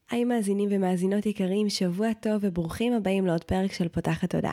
היי מאזינים ומאזינות יקרים, שבוע טוב וברוכים הבאים לעוד פרק של פותחת תודעה.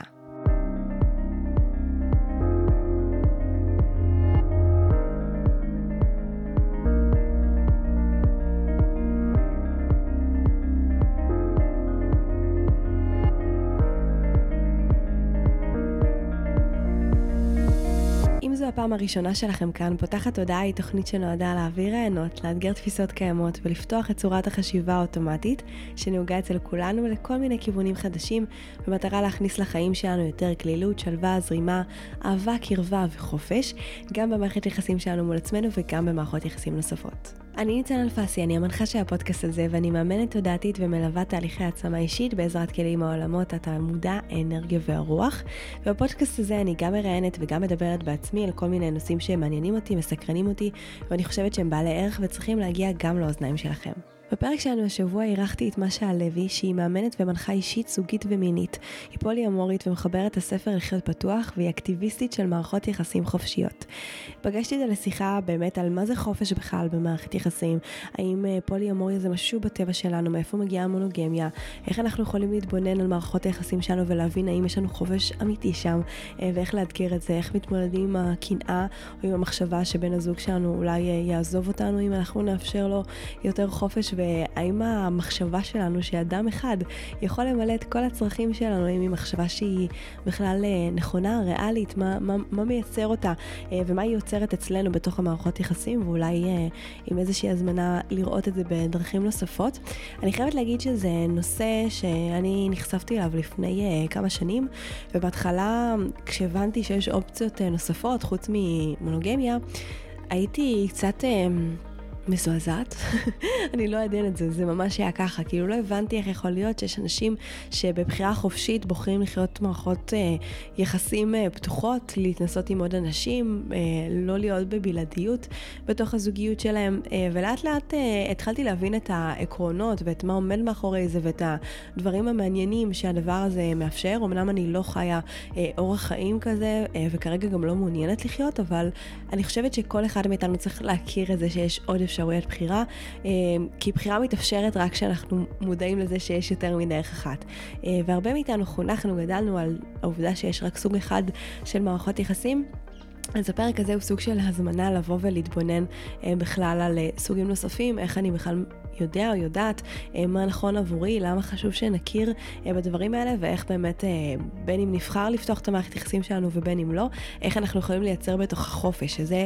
אם זו הפעם הראשונה שלכם כאן, פותחת תודעה היא תוכנית שנועדה להעביר רעיונות, לאתגר תפיסות קיימות ולפתוח את צורת החשיבה האוטומטית שנהוגה אצל כולנו לכל מיני כיוונים חדשים, במטרה להכניס לחיים שלנו יותר כלילות, שלווה, זרימה, אהבה, קרבה וחופש, גם במערכת יחסים שלנו מול עצמנו וגם במערכות יחסים נוספות. אני ניצן אלפסי, אני המנחה של הפודקאסט הזה ואני מאמנת תודעתית ומלווה תהליכי העצמה אישית בעזרת כלים מהעולמות התת-מודע, האנרגיה והרוח. ובפודקאסט הזה אני גם מראיינת וגם מדברת בעצמי על כל מיני נושאים שמעניינים אותי, מסקרנים אותי, ואני חושבת שהם בעלי ערך וצריכים להגיע גם לאוזניים שלכם. בפרק שלנו השבוע אירחתי את משה הלוי, שהיא מאמנת ומנחה אישית, זוגית ומינית. היא פולי-אמורית ומחברת הספר לחיות פתוח, והיא אקטיביסטית של מערכות יחסים חופשיות. פגשתי אותה לשיחה באמת על מה זה חופש בכלל במערכת יחסים, האם פולי-אמוריה זה משהו בטבע שלנו, מאיפה מגיעה המונוגמיה, איך אנחנו יכולים להתבונן על מערכות היחסים שלנו ולהבין האם יש לנו חופש אמיתי שם, ואיך להדגר את זה, איך מתמודדים עם הקנאה או עם המחשבה שבן הזוג שלנו אולי יעזוב אותנו אם אנחנו נאפשר לו יותר חופש, והאם המחשבה שלנו שאדם אחד יכול למלא את כל הצרכים שלנו, האם היא מחשבה שהיא בכלל נכונה, ריאלית, מה מייצר אותה ומה היא יוצרת אצלנו בתוך המערכות יחסים, ואולי עם איזושהי הזמנה לראות את זה בדרכים נוספות. אני חייבת להגיד שזה נושא שאני נחשפתי אליו לפני כמה שנים, ובהתחלה כשהבנתי שיש אופציות נוספות חוץ ממונוגמיה, הייתי קצת מזועזעת. אני לא אדן את זה, זה ממש היה ככה, כאילו לא הבנתי איך יכול להיות שיש אנשים שבבחירה חופשית בוחרים לחיות מערכות יחסים פתוחות, להתנסות עם עוד אנשים, לא להיות בבלעדיות בתוך הזוגיות שלהם, ולאט לאט התחלתי להבין את העקרונות ואת מה עומד מאחורי זה ואת הדברים המעניינים שהדבר הזה מאפשר. אמנם אני לא חיה אורח חיים כזה וכרגע גם לא מעוניינת לחיות, אבל אני חושבת שכל אחד מאיתנו צריך להכיר את זה שיש עוד אפשרויות בחירה, כי בחירה מתאפשרת רק כשאנחנו מודעים לזה שיש יותר מדרך אחת. והרבה מאיתנו חונכנו, גדלנו על העובדה שיש רק סוג אחד של מערכות יחסים. אז הפרק הזה הוא סוג של הזמנה לבוא ולהתבונן בכלל על סוגים נוספים, איך אני בכלל יודע או יודעת מה נכון עבורי, למה חשוב שנכיר בדברים האלה, ואיך באמת בין אם נבחר לפתוח את המערכת יחסים שלנו ובין אם לא, איך אנחנו יכולים לייצר בתוך החופש, שזה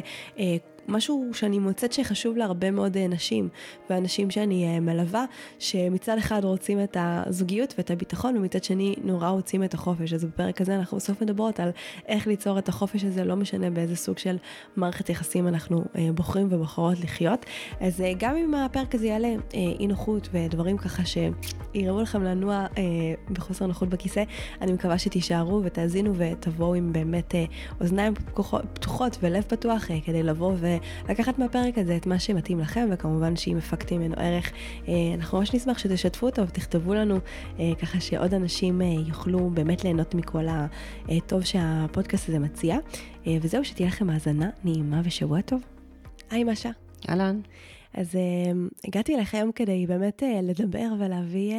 משהו שאני מוצאת שחשוב להרבה מאוד נשים, ואנשים שאני מלווה, שמצד אחד רוצים את הזוגיות ואת הביטחון, ומצד שני נורא רוצים את החופש. אז בפרק הזה אנחנו בסוף מדברות על איך ליצור את החופש הזה, לא משנה באיזה סוג של מערכת יחסים אנחנו בוחרים ובוחרות לחיות. אז גם אם הפרק הזה יעלה אי נוחות ודברים ככה שיראו לכם לנוע בחוסר נוחות בכיסא, אני מקווה שתישארו ותאזינו ותבואו עם באמת אוזניים פתוחות ולב פתוח כדי לבוא ולקחת מהפרק הזה את מה שמתאים לכם, וכמובן שאם הפקתם ממנו ערך, אנחנו ממש נשמח שתשתפו אותו ותכתבו לנו, ככה שעוד אנשים יוכלו באמת ליהנות מכל הטוב שהפודקאסט הזה מציע. וזהו, שתהיה לכם האזנה נעימה ושבוע טוב. היי משה. אהלן. אז הגעתי אליכם כדי באמת לדבר ולהביא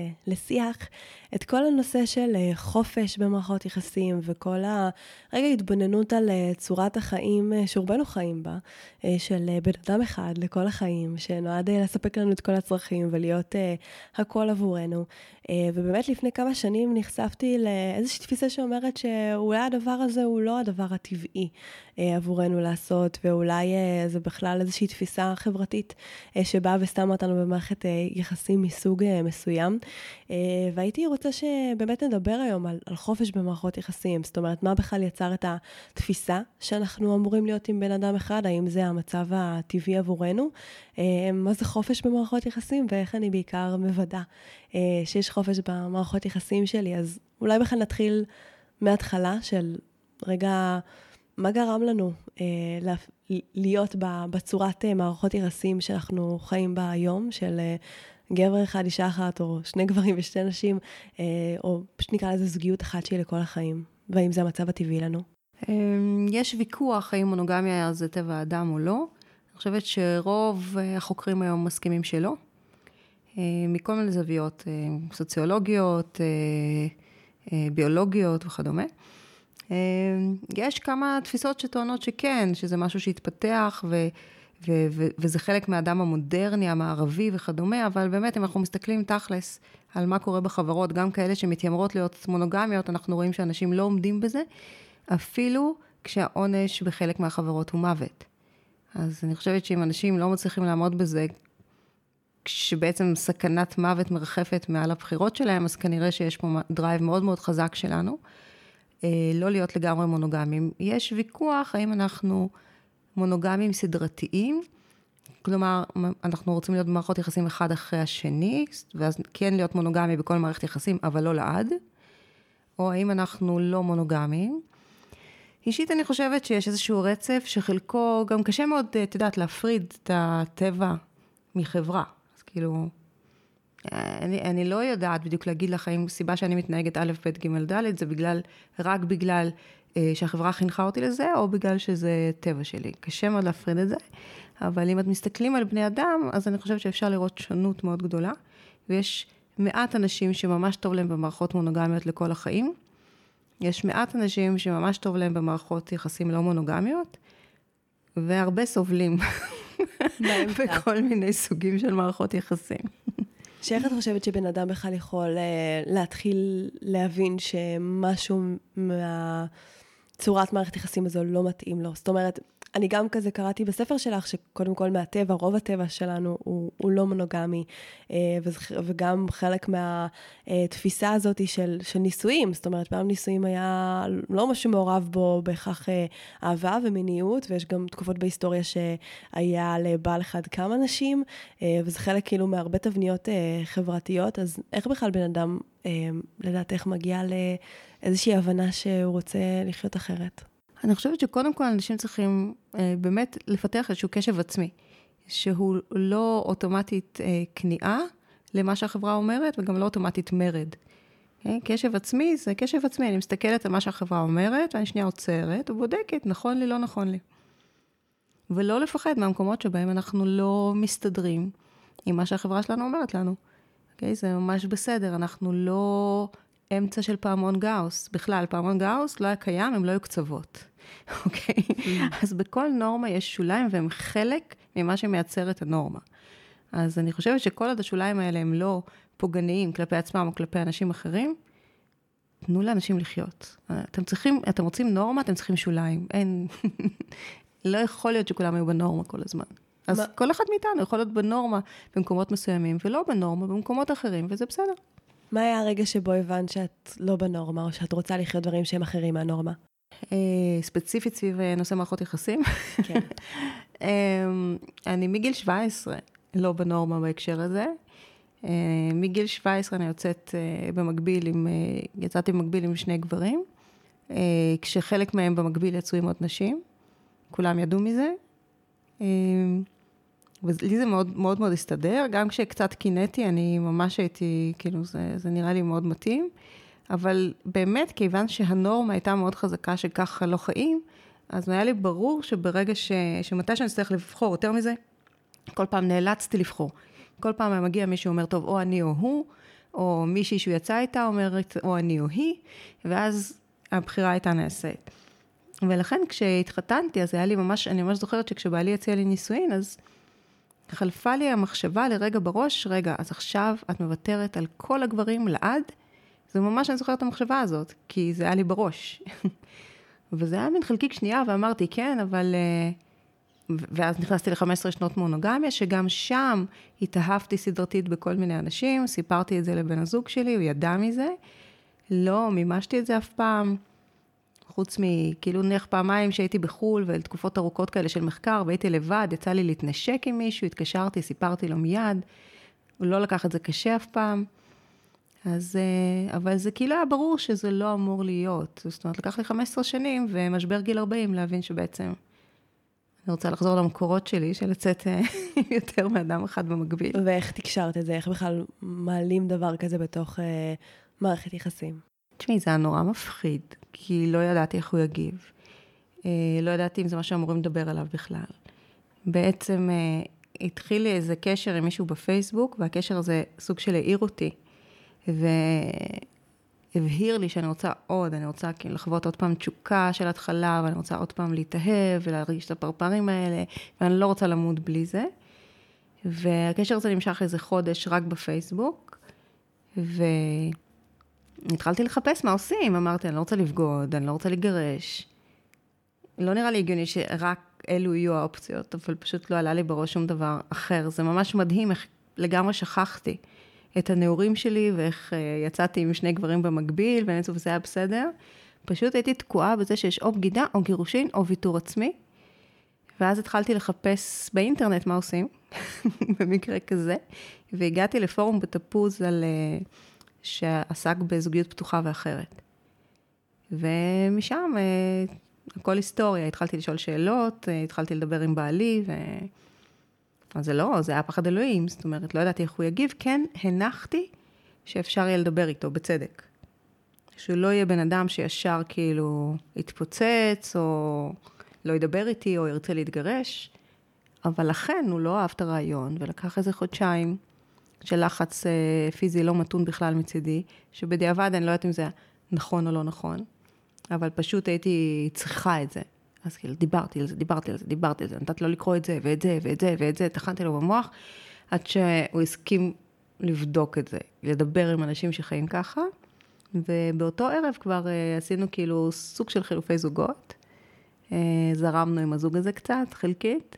לשיח את כל הנושא של חופש במערכות יחסים, וכל הרגע התבוננות על צורת החיים שרובנו חיים בה, של בן אדם אחד לכל החיים, שנועד לספק לנו את כל הצרכים ולהיות הכל עבורנו. ובאמת לפני כמה שנים נחשפתי לאיזושהי תפיסה שאומרת שאולי הדבר הזה הוא לא הדבר הטבעי עבורנו לעשות, ואולי זה בכלל איזושהי תפיסה חברתית שבאה ושמה אותנו במערכת יחסים מסוג מסוים. והייתי רוצה שבאמת נדבר היום על חופש במערכות יחסים, זאת אומרת מה בכלל יצר את התפיסה שאנחנו אמורים להיות עם בן אדם אחד, האם זה המצב הטבעי עבורנו, מה זה חופש במערכות יחסים, ואיך אני בעיקר מוודא שיש חופש במערכות יחסים שלי. אז אולי בכלל נתחיל מההתחלה של רגע, מה גרם לנו להיות בצורת מערכות יחסים שאנחנו חיים בה היום, של גבר אחד, אישה אחת, או שני גברים ושתי נשים, או פשוט נקרא לזה זוגיות אחת שהיא לכל החיים, והאם זה המצב הטבעי לנו? יש ויכוח האם מונוגמיה זה טבע האדם או לא. אני חושבת שרוב החוקרים היום מסכימים שלא. מכל מיני זוויות, סוציולוגיות, ביולוגיות וכדומה. יש כמה תפיסות שטוענות שכן, שזה משהו שהתפתח, וזה חלק מהאדם המודרני, המערבי וכדומה, אבל באמת, אם אנחנו מסתכלים תכלס על מה קורה בחברות, גם כאלה שמתיימרות להיות מונוגמיות, אנחנו רואים שאנשים לא עומדים בזה, אפילו כשהעונש בחלק מהחברות הוא מוות. אז אני חושבת שאם אנשים לא מצליחים לעמוד בזה, כשבעצם סכנת מוות מרחפת מעל הבחירות שלהם, אז כנראה שיש פה דרייב מאוד מאוד חזק שלנו, לא להיות לגמרי מונוגמים. יש ויכוח האם אנחנו מונוגמים סדרתיים, כלומר, אנחנו רוצים להיות במערכות יחסים אחד אחרי השני, ואז כן להיות מונוגמי בכל מערכת יחסים, אבל לא לעד, או האם אנחנו לא מונוגמים. אישית אני חושבת שיש איזשהו רצף שחלקו גם קשה מאוד, את יודעת, להפריד את הטבע מחברה. אז כאילו, אני לא יודעת בדיוק להגיד לך האם סיבה שאני מתנהגת א', ב', ג', ד', זה רק בגלל שהחברה חינכה אותי לזה, או בגלל שזה טבע שלי. קשה מאוד להפריד את זה, אבל אם את מסתכלים על בני אדם, אז אני חושבת שאפשר לראות שונות מאוד גדולה, ויש מעט אנשים שממש טוב להם במערכות מונוגמיות לכל החיים, יש מעט אנשים שממש טוב להם במערכות יחסים לא מונוגמיות, והרבה סובלים בכל מיני סוגים של מערכות יחסים. שאיך את חושבת שבן אדם בכלל יכול להתחיל להבין שמשהו מהצורת מערכת יחסים הזו לא מתאים לו? זאת אומרת, אני גם כזה קראתי בספר שלך, שקודם כל מהטבע, רוב הטבע שלנו הוא לא מונוגמי, וגם חלק מהתפיסה הזאת של נישואים, זאת אומרת, פעם נישואים היה לא משהו מעורב בו בהכרח אהבה ומיניות, ויש גם תקופות בהיסטוריה שהיה לבעל אחד כמה נשים, וזה חלק כאילו מהרבה תבניות חברתיות, אז איך בכלל בן אדם, לדעת איך מגיע לאיזושהי הבנה שהוא רוצה לחיות אחרת? אני חושבת שקודם כל אנשים צריכים באמת לפתח איזשהו קשב עצמי, שהוא לא אוטומטית כניעה למה שהחברה אומרת, וגם לא אוטומטית מרד. קשב עצמי זה קשב עצמי, אני מסתכלת על מה שהחברה אומרת, ואני שנייה עוצרת ובודקת, נכון לי, לא נכון לי. ולא לפחד מהמקומות שבהם אנחנו לא מסתדרים עם מה שהחברה שלנו אומרת לנו. זה ממש בסדר, אנחנו לא אמצע של פעמון גאוס. בכלל, פעמון גאוס לא היה קיים, הם לא היו קצוות. אוקיי? אז בכל נורמה יש שוליים, והם חלק ממה שמייצר את הנורמה. אז אני חושבת שכל עוד השוליים האלה הם לא פוגעניים כלפי עצמם או כלפי אנשים אחרים, תנו לאנשים לחיות. אתם רוצים נורמה, אתם צריכים שוליים. לא יכול להיות שכולם היו בנורמה כל הזמן. אז כל אחד מאיתנו יכול להיות בנורמה במקומות מסוימים, ולא בנורמה במקומות אחרים, וזה בסדר. מה היה הרגע שבו הבנת שאת לא בנורמה, או שאת רוצה לחיות דברים שהם אחרים מהנורמה? ספציפית סביב נושא מערכות יחסים. כן. אני מגיל 17 לא בנורמה בהקשר הזה. מגיל 17 אני יצאתי במקביל עם שני גברים, כשחלק מהם במקביל יצאו עם עוד נשים. כולם ידעו מזה. ולי זה מאוד מאוד מאוד הסתדר, גם כשקצת קינאתי, אני ממש הייתי, כאילו, זה נראה לי מאוד מתאים, אבל באמת, כיוון שהנורמה הייתה מאוד חזקה שככה לא חיים, אז היה לי ברור שברגע שמתי שאני צריך לבחור יותר מזה, כל פעם נאלצתי לבחור. כל פעם היה מגיע מישהו אומר, טוב, או אני או הוא, או מישהי שהוא יצא איתה אומרת, או אני או היא, ואז הבחירה הייתה נעשית. ולכן כשהתחתנתי, אז היה לי ממש, אני ממש זוכרת שכשבעלי הציע לי נישואין, אז חלפה לי המחשבה לרגע בראש, רגע, אז עכשיו את מוותרת על כל הגברים לעד, זה ממש אני זוכרת את המחשבה הזאת, כי זה היה לי בראש. וזה היה מין חלקיק שנייה, ואמרתי, כן, אבל... ואז נכנסתי ל-15 שנות מונוגמיה, שגם שם התאהבתי סדרתית בכל מיני אנשים, סיפרתי את זה לבן הזוג שלי, הוא ידע מזה, לא מימשתי את זה אף פעם, חוץ מכאילו נניח פעמיים שהייתי בחול, ולתקופות ארוכות כאלה של מחקר, והייתי לבד, יצא לי להתנשק עם מישהו, התקשרתי, סיפרתי לו מיד, הוא לא לקח את זה קשה אף פעם, אז, אבל זה כאילו היה ברור שזה לא אמור להיות, זאת אומרת, לקח לי 15 שנים, ומשבר גיל 40 להבין שבעצם, אני רוצה לחזור למקורות שלי, של לצאת יותר מאדם אחד במקביל. ואיך תקשרת את זה? איך בכלל מעלים דבר כזה בתוך מערכת יחסים? תשמעי, זה היה נורא מפחיד, כי לא ידעתי איך הוא יגיב. לא ידעתי אם זה מה שאמורים לדבר עליו בכלל. בעצם התחיל לי איזה קשר עם מישהו בפייסבוק, והקשר הזה סוג של העיר אותי, והבהיר לי שאני רוצה עוד, אני רוצה לחוות עוד פעם תשוקה של התחלה, ואני רוצה עוד פעם להתאהב, ולהרגיש את הפרפרים האלה, ואני לא רוצה למות בלי זה. והקשר הזה נמשך איזה חודש רק בפייסבוק, והתחלתי לחפש מה עושים, אמרתי, אני לא רוצה לבגוד, אני לא רוצה לגרש. לא נראה לי הגיוני שרק אלו יהיו האופציות, אבל פשוט לא עלה לי בראש שום דבר אחר. זה ממש מדהים, איך לגמרי שכחתי את הנעורים שלי, ואיך יצאתי עם שני גברים במקביל, ובעצם זה היה בסדר. פשוט הייתי תקועה בזה שיש או בגידה, או גירושין, או ויתור עצמי. ואז התחלתי לחפש באינטרנט מה עושים, במקרה כזה, והגעתי לפורום בתפוז שעסק בזוגיות פתוחה ואחרת. ומשם הכל היסטוריה, התחלתי לשאול שאלות, התחלתי לדבר עם בעלי, אז זה היה פחד אלוהים, זאת אומרת, לא ידעתי איך הוא יגיב, כן, הנחתי שאפשר יהיה לדבר איתו בצדק. שהוא לא יהיה בן אדם שישר כאילו יתפוצץ, או לא ידבר איתי, או ירצה להתגרש, אבל לכן הוא לא אהב את הרעיון, ולקח איזה חודשיים של לחץ פיזי לא מתון בכלל מצידי, שבדיעבד אני לא יודעת אם זה נכון או לא נכון, אבל פשוט הייתי צריכה את זה. אז כאילו דיברתי על זה, נתתי לו לקרוא את זה, ואת זה, תכנתי לו במוח, עד שהוא הסכים לבדוק את זה, לדבר עם אנשים שחיים ככה, ובאותו ערב כבר עשינו כאילו סוג של חילופי זוגות, זרמנו עם הזוג הזה קצת, חלקית,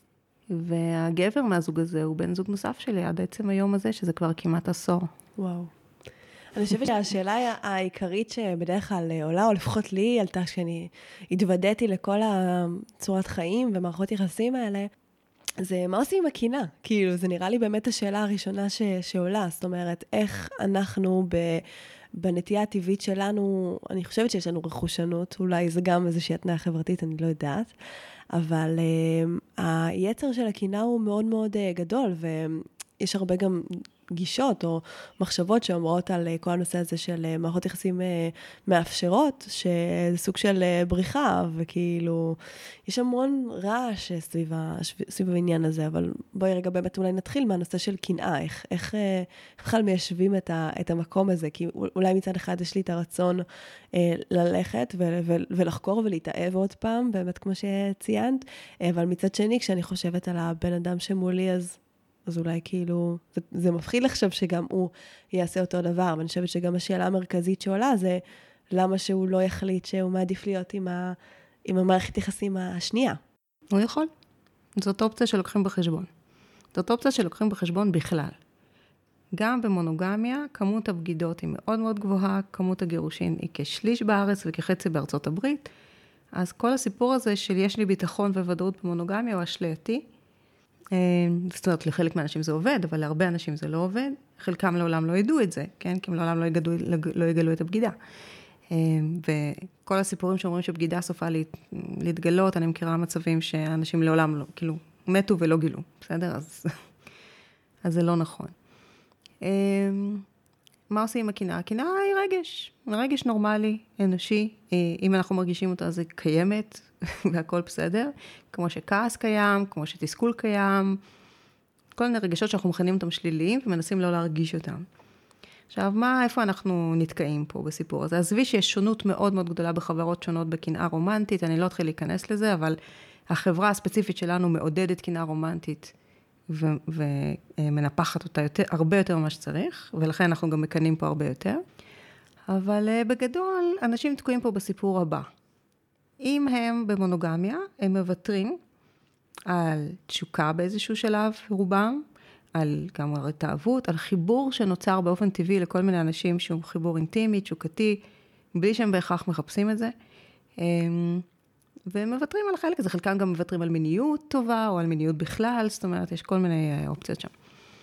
והגבר מהזוג הזה הוא בן זוג נוסף שלי, עד עצם היום הזה, שזה כבר כמעט עשור. וואו. אני חושבת שהשאלה העיקרית שבדרך כלל עולה, או לפחות לי עלתה, כשאני התוודעתי לכל הצורת חיים ומערכות יחסים האלה, זה מה עושים עם הקינה? כאילו, זה נראה לי באמת השאלה הראשונה שעולה, זאת אומרת, איך אנחנו בנטייה הטבעית שלנו, אני חושבת שיש לנו רכושנות, אולי זה גם איזושהי התנאה חברתית, אני לא יודעת, אבל היצר של הקינה הוא מאוד מאוד גדול, ויש הרבה גם גישות או מחשבות שאומרות על כל הנושא הזה של מערכות יחסים מאפשרות, שזה סוג של בריחה, וכאילו, יש המון רעש סביב העניין הזה, אבל בואי רגע באמת אולי נתחיל מהנושא של קנאה, איך בכלל מיישבים את המקום הזה, כי אולי מצד אחד יש לי את הרצון ללכת ולחקור ולהתאהב עוד פעם, באמת כמו שציינת, אבל מצד שני, כשאני חושבת על הבן אדם שמולי, אז אולי כאילו, זה מפחיד לחשוב שגם הוא יעשה אותו דבר, ואני חושבת שגם השאלה המרכזית שעולה זה, למה שהוא לא יחליט שהוא מעדיף להיות עם המערכת יחסים השנייה? הוא יכול. זאת אופציה שלוקחים בחשבון. זאת אופציה שלוקחים בחשבון בכלל. גם במונוגמיה, כמות הבגידות היא מאוד מאוד גבוהה, כמות הגירושין היא כשליש בארץ וכחצי בארצות הברית, אז כל הסיפור הזה של יש לי ביטחון וודאות במונוגמיה הוא אשלייתי, זאת אומרת, לחלק מהאנשים זה עובד, אבל להרבה אנשים זה לא עובד. חלקם לעולם לא ידעו את זה, כן? כי הם לעולם לא יגלו את הבגידה. וכל הסיפורים שאומרים שבגידה סופה להתגלות, אני מכירה מצבים שאנשים לעולם לא, כאילו, מתו ולא גילו, בסדר? אז זה לא נכון. מה עושים עם הקנאה? הקנאה היא רגש נורמלי, אנושי. אם אנחנו מרגישים אותה, זה קיימת, והכל בסדר. כמו שכעס קיים, כמו שתסכול קיים. כל מיני רגשות שאנחנו מכנים אותם שליליים, ומנסים לא להרגיש אותם. עכשיו, איפה אנחנו נתקעים פה בסיפור הזה? עזבי שיש שונות מאוד מאוד גדולה בחברות שונות בקנאה רומנטית, אני לא אתחיל להיכנס לזה, אבל החברה הספציפית שלנו מעודדת קנאה רומנטית, ומנפחת אותה הרבה יותר ממה שצריך, ולכן אנחנו גם מקנים פה הרבה יותר. אבל בגדול, אנשים תקועים פה בסיפור הבא. אם הם במונוגמיה, הם מוותרים על תשוקה באיזשהו שלב, רובם, על גם התאהבות, על חיבור שנוצר באופן טבעי לכל מיני אנשים שהוא חיבור אינטימי, תשוקתי, בלי שהם בהכרח מחפשים את זה. והם מוותרים על החלק הזה, חלקם גם מוותרים על מיניות טובה, או על מיניות בכלל, זאת אומרת, יש כל מיני אופציות שם.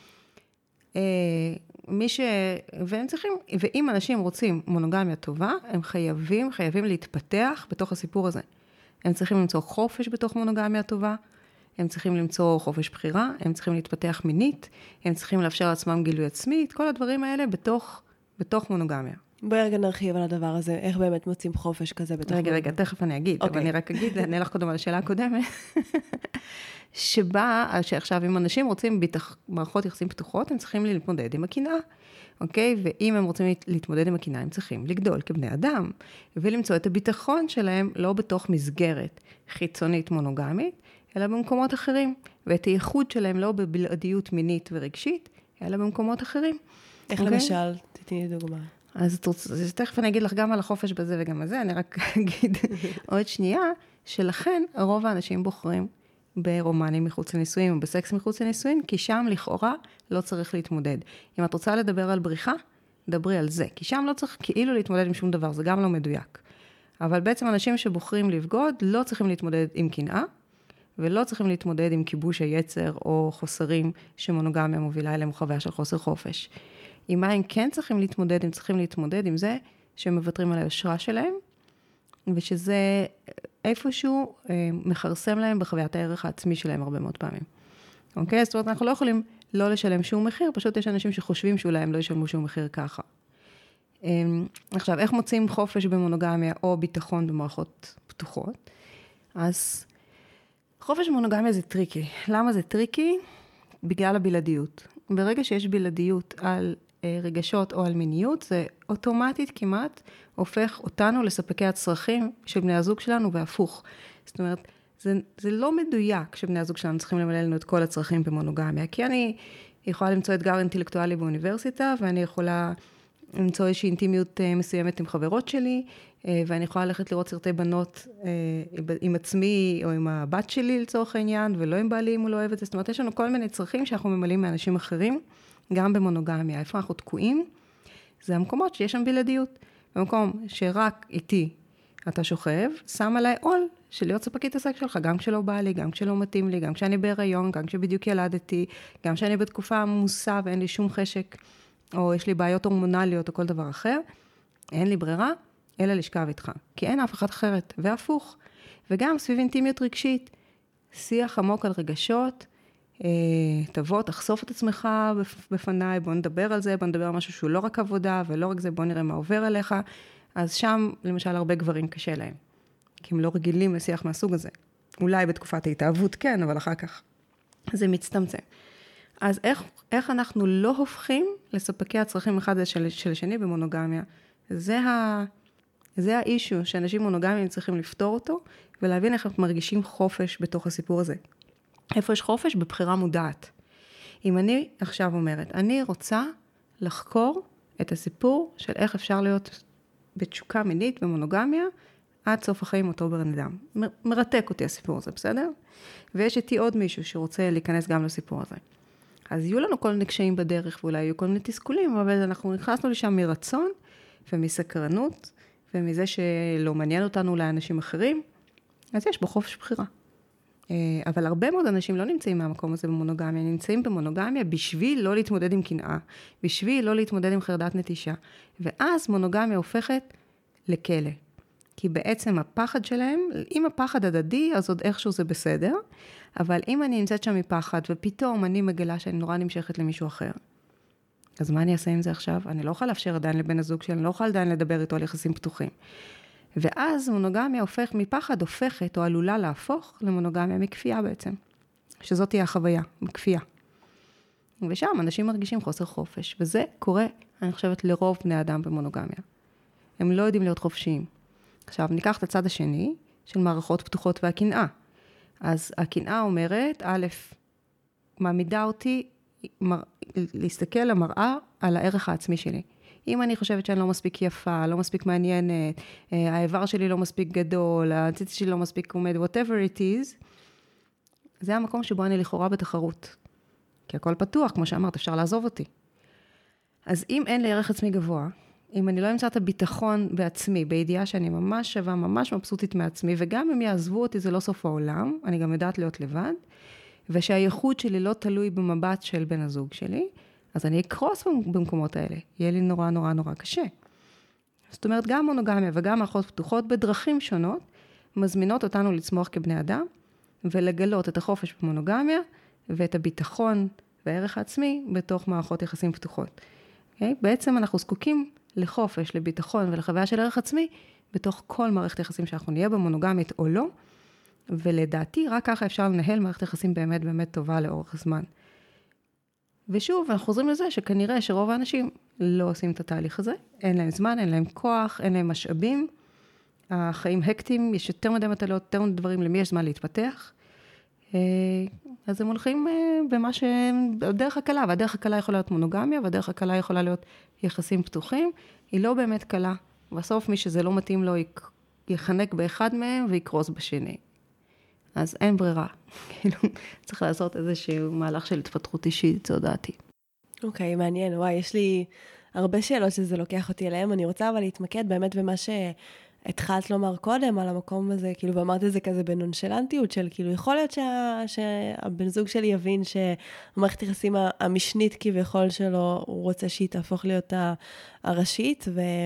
והם צריכים, ואם אנשים רוצים מונוגמיה טובה, הם חייבים להתפתח בתוך הסיפור הזה. הם צריכים למצוא חופש בתוך מונוגמיה טובה, הם צריכים למצוא חופש בחירה, הם צריכים להתפתח מינית, הם צריכים לאפשר לעצמם גילוי עצמי, כל הדברים האלה בתוך מונוגמיה. בואי רגע נרחיב על הדבר הזה, איך באמת מוצאים חופש כזה בתוך... רגע, תכף אני אגיד, אבל אני רק אגיד, אני אלך קודם על השאלה הקודמת, שעכשיו אם אנשים רוצים מערכות יחסים פתוחות, הם צריכים להתמודד עם הקנאה, אוקיי? ואם הם רוצים להתמודד עם הקנאה, הם צריכים לגדול כבני אדם, ולמצוא את הביטחון שלהם לא בתוך מסגרת חיצונית מונוגמית, אלא במקומות אחרים, ואת הייחוד שלהם לא בבלעדיות מינית ורגשית, אלא במקומות אחרים. איך למשל? תתני לי דוגמה. אז תכף אני אגיד לך גם על החופש בזה וגם על זה, אני רק אגיד עוד שנייה, שלכן רוב האנשים בוחרים ברומנים מחוץ לנישואין או בסקס מחוץ לנישואין, כי שם לכאורה לא צריך להתמודד. אם את רוצה לדבר על בריחה, דברי על זה, כי שם לא צריך כאילו להתמודד עם שום דבר, זה גם לא מדויק. אבל בעצם אנשים שבוחרים לבגוד לא צריכים להתמודד עם קנאה, ולא צריכים להתמודד עם כיבוש היצר או חוסרים שמונוגמיה מובילה אליהם חוויה של חוסר חופש. עם מה הם כן צריכים להתמודד, הם צריכים להתמודד עם זה שהם מוותרים על היושרה שלהם, ושזה איפשהו מחרסם להם בחוויית הערך העצמי שלהם הרבה מאוד פעמים. אוקיי? זאת אומרת, אנחנו לא יכולים לא לשלם שום מחיר, פשוט יש אנשים שחושבים שאולי הם לא ישלמו שום מחיר ככה. עכשיו, איך מוצאים חופש במונוגמיה או ביטחון במערכות פתוחות? אז חופש במונוגמיה זה טריקי. למה זה טריקי? בגלל הבלעדיות. ברגע שיש בלעדיות על רגשות או על מיניות, זה אוטומטית כמעט הופך אותנו לספקי הצרכים של בני הזוג שלנו והפוך. זאת אומרת, זה לא מדויק שבני הזוג שלנו צריכים למלא לנו את כל הצרכים במונוגמיה, כי אני יכולה למצוא אתגר אינטלקטואלי באוניברסיטה, ואני יכולה למצוא איזושהי אינטימיות מסוימת עם חברות שלי, ואני יכולה ללכת לראות סרטי בנות עם עצמי או עם הבת שלי לצורך העניין, ולא עם בעלי אם הוא לא אוהב את זה. זאת אומרת, יש לנו כל מיני צרכים שאנחנו ממלאים מאנשים אחרים, גם במונוגמיה. איפה אנחנו תקועים? זה המקומות שיש שם בלעדיות. במקום שרק איתי אתה שוכב, שם עליי עול של להיות ספקית הסק שלך, גם כשלא בא לי, גם כשלא מתאים לי, גם כשאני בהיריון, גם כשבדיוק ילדתי, גם כשאני בתקופה עמוסה ואין לי שום חשק, או יש לי בעיות הורמונליות או כל דבר אחר, אין לי ברירה, אלא לשכב איתך. כי אין אף אחד אחרת, והפוך. וגם סביב אינטימיות רגשית, שיח עמוק על רגשות, תבוא, תחשוף את עצמך בפניי, בוא נדבר על זה, בוא נדבר על משהו שהוא לא רק עבודה, ולא רק זה, בוא נראה מה עובר עליך. אז שם, למשל, הרבה גברים קשה להם. כי הם לא רגילים לשיח מהסוג הזה. אולי בתקופת ההתאהבות כן, אבל אחר כך זה מצטמצם. אז איך אנחנו לא הופכים לספקי הצרכים אחד של השני במונוגמיה? זה האישו שאנשים מונוגמיים צריכים לפתור אותו, ולהבין איך הם מרגישים חופש בתוך הסיפור הזה. איפה יש חופש? בבחירה מודעת. אם אני עכשיו אומרת, אני רוצה לחקור את הסיפור של איך אפשר להיות בתשוקה מינית במונוגמיה, עד סוף החיים אותו בן אדם. מרתק אותי הסיפור הזה, בסדר? ויש איתי עוד מישהו שרוצה להיכנס גם לסיפור הזה. אז יהיו לנו כל מיני קשיים בדרך, ואולי יהיו כל מיני תסכולים, אבל אנחנו נכנסנו לשם מרצון, ומסקרנות, ומזה שלא מעניין אותנו לאנשים אחרים, אז יש בו חופש בחירה. אבל הרבה מאוד אנשים לא נמצאים מהמקום הזה במונוגמיה, נמצאים במונוגמיה בשביל לא להתמודד עם קנאה, בשביל לא להתמודד עם חרדת נטישה, ואז מונוגמיה הופכת לכלא. כי בעצם הפחד שלהם, אם הפחד הדדי, אז עוד איכשהו זה בסדר, אבל אם אני נמצאת שם מפחד, ופתאום אני מגלה שאני נורא נמשכת למישהו אחר, אז מה אני אעשה עם זה עכשיו? אני לא יכולה לאפשר עדיין לבן הזוג שלי, אני לא יכולה עדיין לדבר איתו על יחסים פתוחים. ואז מונוגמיה הופכת או עלולה להפוך למונוגמיה מכפייה בעצם. שזאת תהיה החוויה, מכפייה. ושם אנשים מרגישים חוסר חופש, וזה קורה, אני חושבת, לרוב בני אדם במונוגמיה. הם לא יודעים להיות חופשיים. עכשיו, ניקח את הצד השני של מערכות פתוחות והקנאה. אז הקנאה אומרת, א', מעמידה אותי להסתכל למראה על הערך העצמי שלי. אם אני חושבת שאני לא מספיק יפה, לא מספיק מעניינת, האיבר שלי לא מספיק גדול, הציץ שלי לא מספיק עומד, whatever it is, זה המקום שבו אני לכאורה בתחרות. כי הכל פתוח, כמו שאמרת, אפשר לעזוב אותי. אז אם אין לי ערך עצמי גבוה, אם אני לא אמצא את הביטחון בעצמי, בידיעה שאני ממש שווה, ממש מבסוטית מעצמי, וגם אם יעזבו אותי זה לא סוף העולם, אני גם יודעת להיות לבד, ושהייחוד שלי לא תלוי במבט של בן הזוג שלי, אז אני אקרוס במקומות האלה. יהיה לי נורא נורא נורא קשה. זאת אומרת, גם מונוגמיה וגם מערכות פתוחות בדרכים שונות, מזמינות אותנו לצמוח כבני אדם, ולגלות את החופש במונוגמיה, ואת הביטחון והערך העצמי בתוך מערכות יחסים פתוחות. Okay? בעצם אנחנו זקוקים לחופש, לביטחון ולחוויה של ערך עצמי, בתוך כל מערכת יחסים שאנחנו נהיה במונוגמית או לא, ולדעתי רק ככה אפשר לנהל מערכת יחסים באמת באמת טובה לאורך הזמן. ושוב, אנחנו חוזרים לזה שכנראה שרוב האנשים לא עושים את התהליך הזה, אין להם זמן, אין להם כוח, אין להם משאבים, החיים הקטיים, יש יותר מדי מטלות, יותר מדי דברים, למי יש זמן להתפתח, אז הם הולכים במה דרך הקלה, והדרך הקלה יכולה להיות מונוגמיה, והדרך הקלה יכולה להיות יחסים פתוחים, היא לא באמת קלה, בסוף מי שזה לא מתאים לו יחנק באחד מהם ויקרוס בשני. אז אין ברירה, כאילו צריך לעשות איזשהו מהלך של התפתחות אישית, זו דעתי. אוקיי, מעניין, וואי, יש לי הרבה שאלות שזה לוקח אותי אליהם, אני רוצה אבל להתמקד באמת במה שהתחלת לומר קודם, על המקום הזה, כאילו, ואמרת את זה כזה בנונשלנטיות של, כאילו, יכול להיות שהבן זוג שלי יבין שהמערכת יחסים המשנית כביכול שלו, הוא רוצה שהיא תהפוך להיות הראשית,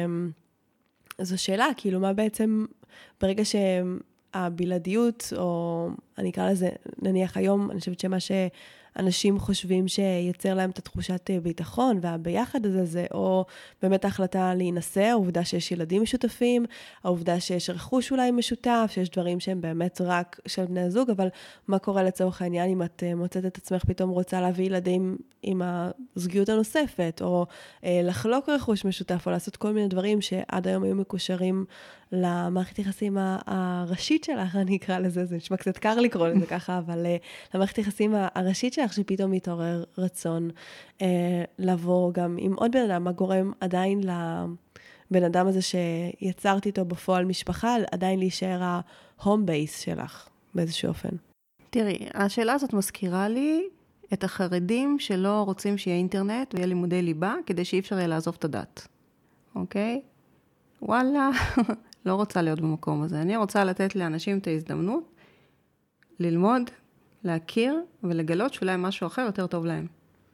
וזו שאלה, כאילו, מה בעצם, ברגע שהבלעדיות, או אני אקרא לזה, נניח היום, אני חושבת שמה שאנשים חושבים שייצר להם את התחושת ביטחון, והביחד הזה זה, או באמת ההחלטה להינשא, העובדה שיש ילדים משותפים, העובדה שיש רכוש אולי משותף, שיש דברים שהם באמת רק של בני הזוג, אבל מה קורה לצורך העניין אם את מוצאת את עצמך פתאום רוצה להביא ילדים עם הזוגיות הנוספת, או לחלוק רכוש משותף, או לעשות כל מיני דברים שעד היום היו מקושרים למערכת יחסים הראשית שלך, אני אקרא לזה, זה נשמע קצת קר לקרוא לזה ככה, אבל למערכת יחסים הראשית שלך, שפתאום מתעורר רצון לבוא גם עם עוד בן אדם, מה גורם עדיין לבן אדם הזה שיצרתי איתו בפועל משפחה, עדיין להישאר ההום בייס שלך באיזשהו אופן. תראי, השאלה הזאת מזכירה לי את החרדים שלא רוצים שיהיה אינטרנט ויהיה לימודי ליבה, כדי שאי אפשר יהיה לעזוב את הדת. אוקיי? וואלה, לא רוצה להיות במקום הזה. אני רוצה לתת לאנשים את ההזדמנות ללמוד, להכיר ולגלות שאולי משהו אחר יותר טוב להם.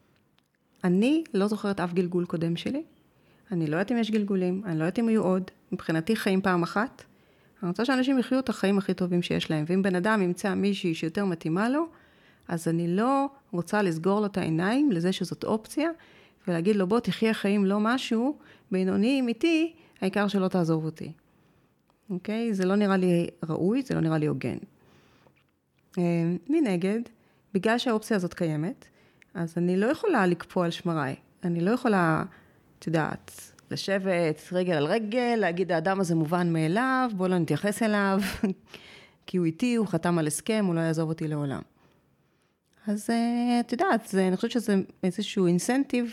אני לא זוכרת אף גלגול קודם שלי. אני לא יודעת אם יש גלגולים, אני לא יודעת אם יהיו עוד. מבחינתי חיים פעם אחת. אני רוצה שאנשים יחיו את החיים הכי טובים שיש להם. ואם בן אדם ימצא מישהי שיותר מתאימה לו, אז אני לא רוצה לסגור לו את העיניים לזה שזאת אופציה, ולהגיד לו בוא תחיה חיים לא משהו, בינוני איתי, העיקר שלא תעזוב אותי. אוקיי? זה לא נראה לי ראוי, זה לא נראה לי הוגן. מנגד, בגלל שהאופציה הזאת קיימת, אז אני לא יכולה לקפוא על שמריי. אני לא יכולה, את יודעת, לשבת רגל על רגל, להגיד האדם הזה מובן מאליו, בוא לא נתייחס אליו, כי הוא איתי, הוא חתם על הסכם, הוא לא יעזוב אותי לעולם. אז את יודעת, אני חושבת שזה איזשהו אינסנטיב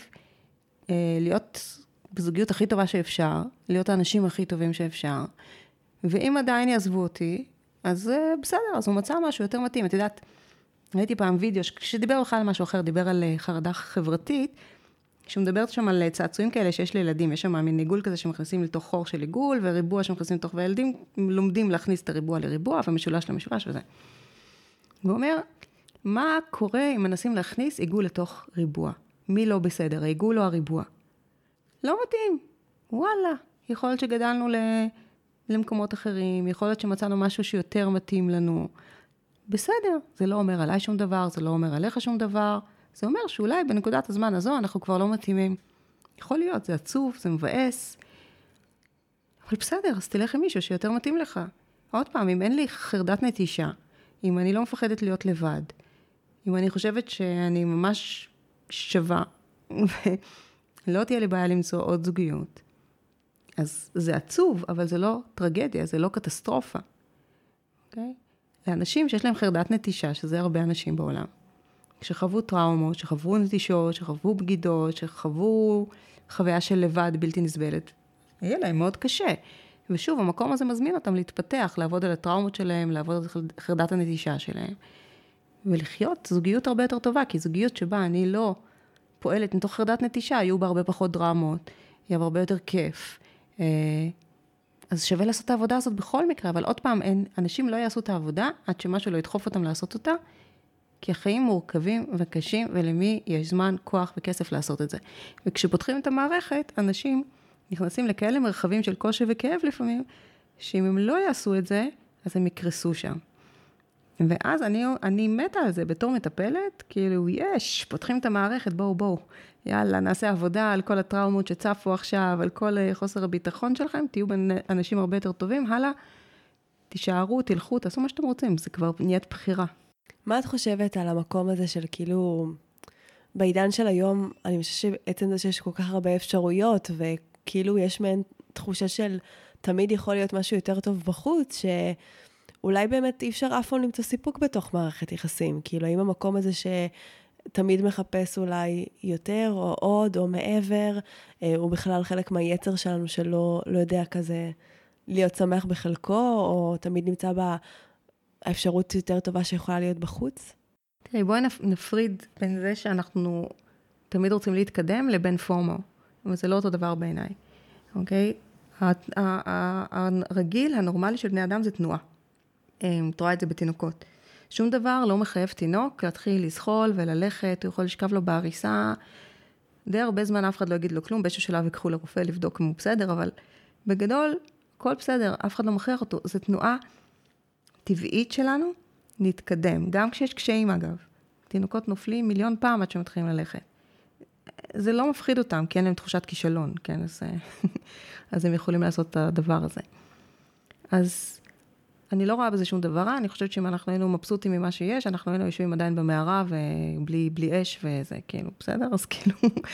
להיות בזוגיות הכי טובה שאפשר, להיות האנשים הכי טובים שאפשר, ואם עדיין יעזבו אותי, אז בסדר, אז הוא מצא משהו יותר מתאים. את יודעת, ראיתי פעם וידאו, שדיבר בכלל על משהו אחר, דיבר על חרדה חברתית, שהוא מדבר שם על צעצועים כאלה שיש לילדים, יש שם מין עיגול כזה שמכניסים לתוך חור של עיגול, וריבוע שמכניסים לתוך, וילדים לומדים להכניס את הריבוע לריבוע, ומשולש למשולש וזה. הוא אומר, מה קורה אם מנסים להכניס עיגול לתוך ריבוע? מי לא בסדר, העיגול או הריבוע? לא מתאים. וואלה, יכול להיות שגדלנו למקומות אחרים, יכול להיות שמצאנו משהו שיותר מתאים לנו. בסדר, זה לא אומר עליי שום דבר, זה לא אומר עליך שום דבר, זה אומר שאולי בנקודת הזמן הזו אנחנו כבר לא מתאימים. יכול להיות, זה עצוב, זה מבאס, אבל בסדר, אז תלך עם מישהו שיותר מתאים לך. עוד פעם, אם אין לי חרדת נטישה, אם אני לא מפחדת להיות לבד, אם אני חושבת שאני ממש שווה, ולא תהיה לי בעיה למצוא עוד זוגיות, אז זה עצוב, אבל זה לא טרגדיה, זה לא קטסטרופה. אוקיי? לאנשים שיש להם חרדת נטישה, שזה הרבה אנשים בעולם, שחוו טראומות, שחוו נטישות, שחוו בגידות, שחוו חוויה של לבד בלתי נסבלת, יהיה להם מאוד קשה. ושוב, המקום הזה מזמין אותם להתפתח, לעבוד על הטראומות שלהם, לעבוד על חרדת הנטישה שלהם, ולחיות זוגיות הרבה יותר טובה, כי זוגיות שבה אני לא פועלת מתוך חרדת נטישה, יהיו בה הרבה פחות דרמות, יהיה הרבה יותר כיף. אז שווה לעשות את העבודה הזאת בכל מקרה, אבל עוד פעם, אנשים לא יעשו את העבודה, עד שמשהו לא ידחוף אותם לעשות אותה, כי החיים מורכבים וקשים, ולמי יש זמן, כוח וכסף לעשות את זה. וכשפותחים את המערכת, אנשים נכנסים לכאלה מרחבים של קושי וכאב לפעמים, שאם הם לא יעשו את זה, אז הם יקרסו שם. ואז אני מתה על זה בתור מטפלת, כאילו, פותחים את המערכת, בואו, יאללה, נעשה עבודה על כל הטראומות שצפו עכשיו, על כל חוסר הביטחון שלכם, תהיו אנשים הרבה יותר טובים, הלאה, תישארו, תלכו, תעשו מה שאתם רוצים, זה כבר נהיית בחירה. מה את חושבת על המקום הזה של כאילו, בעידן של היום, אני חושבת שעצם זה שיש כל כך הרבה אפשרויות, וכאילו יש מעין תחושה של תמיד יכול להיות משהו יותר טוב בחוץ, שאולי באמת אי אפשר אף פעם למצוא סיפוק בתוך מערכת יחסים. כאילו, האם המקום הזה שתמיד מחפש אולי יותר, או עוד, או מעבר, הוא בכלל חלק מהיצר שלנו שלא יודע כזה להיות שמח בחלקו, או תמיד נמצא האפשרות יותר טובה שיכולה להיות בחוץ? תראי, בואי נפריד בין זה שאנחנו תמיד רוצים להתקדם לבין פורמו. אבל זה לא אותו דבר בעיניי, אוקיי? הרגיל, הנורמלי של בני אדם זה תנועה. תרואה את זה בתינוקות. שום דבר לא מחייב תינוק להתחיל לזחול וללכת, הוא יכול לשכב לו בעריסה. די הרבה זמן אף אחד לא יגיד לו כלום, באיזשהו שלב יקחו לרופא לבדוק אם הוא בסדר, אבל בגדול, הכל בסדר, אף אחד לא מכריח אותו. זו תנועה טבעית שלנו, נתקדם. גם כשיש קשיים אגב. תינוקות נופלים מיליון פעם עד שמתחילים ללכת. זה לא מפחיד אותם, כי אין להם תחושת כישלון, כן? אז הם יכולים לעשות את הדבר הזה. אז אני לא רואה בזה שום דבר רע, אני חושבת שאם אנחנו היינו מבסוטים ממה שיש, אנחנו היינו יושבים עדיין במערה ובלי אש וזה, כאילו, בסדר? אז כאילו,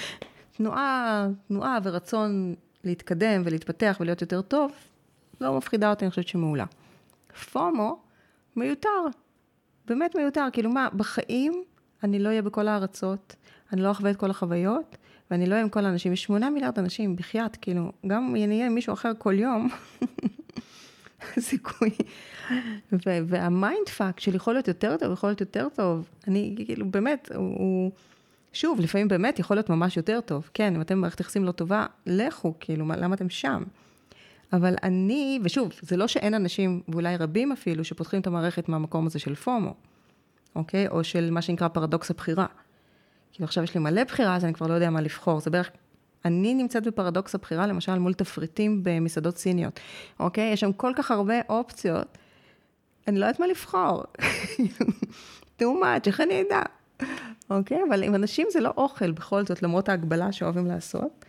תנועה ורצון להתקדם ולהתפתח ולהיות יותר טוב, לא מפחידה אותי, אני חושבת שמעולה. פומו מיותר, באמת מיותר, כאילו מה, בחיים אני לא אהיה בכל הארצות, אני לא אחווה את כל החוויות, ואני לא אהיה עם כל האנשים, יש 8 מיליארד אנשים, בחייאת, כאילו, גם אני אהיה עם מישהו אחר כל יום, סיכוי. והמיינד פאק של יכול להיות יותר טוב, יכול להיות יותר טוב, אני כאילו באמת, הוא, שוב, לפעמים באמת יכול להיות ממש יותר טוב, כן, אם אתם מערכת יחסים לא טובה, לכו, כאילו, למה אתם שם? אבל אני, ושוב, זה לא שאין אנשים, ואולי רבים אפילו, שפותחים את המערכת מהמקום הזה של פומו, אוקיי? או של מה שנקרא פרדוקס הבחירה. כאילו עכשיו יש לי מלא בחירה, אז אני כבר לא יודע מה לבחור. זה בערך, אני נמצאת בפרדוקס הבחירה, למשל מול תפריטים במסעדות סיניות, אוקיי? יש שם כל כך הרבה אופציות, אני לא יודעת מה לבחור. too much, איך אני אדע? אוקיי? אבל עם אנשים זה לא אוכל בכל זאת, למרות ההגבלה שאוהבים לעשות.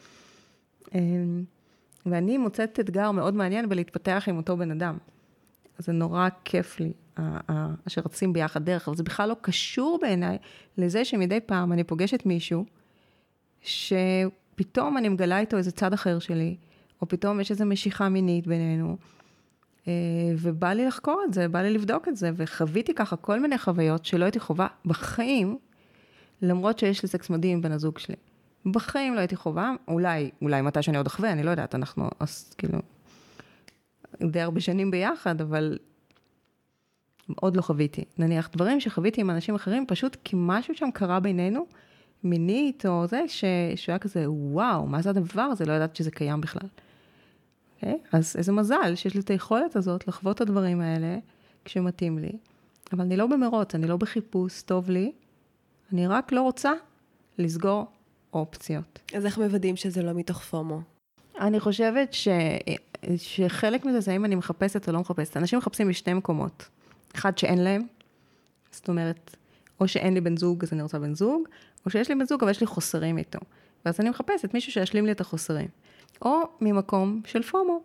ואני מוצאת אתגר מאוד מעניין בלהתפתח עם אותו בן אדם. אז זה נורא כיף לי, שרצים ביחד דרך, אבל זה בכלל לא קשור בעיניי לזה שמדי פעם אני פוגשת מישהו, שפתאום אני מגלה איתו איזה צד אחר שלי, או פתאום יש איזו משיכה מינית בינינו, ובא לי לחקור את זה, בא לי לבדוק את זה, וחוויתי ככה כל מיני חוויות שלא הייתי חובה בחיים, למרות שיש לי סקס מדהים בין הזוג שלי. בחיים לא הייתי חובה, אולי מתי שאני עוד אחווה, אני לא יודעת, אנחנו, אז כאילו, די הרבה שנים ביחד, אבל עוד לא חוויתי. נניח דברים שחוויתי עם אנשים אחרים, פשוט כי משהו שם קרה בינינו, מינית או זה, שהיה כזה, וואו, מה זה הדבר הזה? לא יודעת שזה קיים בכלל. Okay? אז איזה מזל שיש לי את היכולת הזאת לחוות את הדברים האלה, כשמתאים לי. אבל אני לא במרוץ, אני לא בחיפוש, טוב לי. אני רק לא רוצה לסגור אופציות. אז איך מוודאים שזה לא מתוך פומו? אני חושבת שחלק מזה זה האם אני מחפשת או לא מחפשת. אנשים מחפשים בשני מקומות. אחד שאין להם, זאת אומרת, או שאין לי בן זוג, אז אני רוצה בן זוג, או שיש לי בן זוג, אבל יש לי חוסרים איתו. ואז אני מחפשת מישהו שישלים לי את החוסרים. או ממקום של פומו.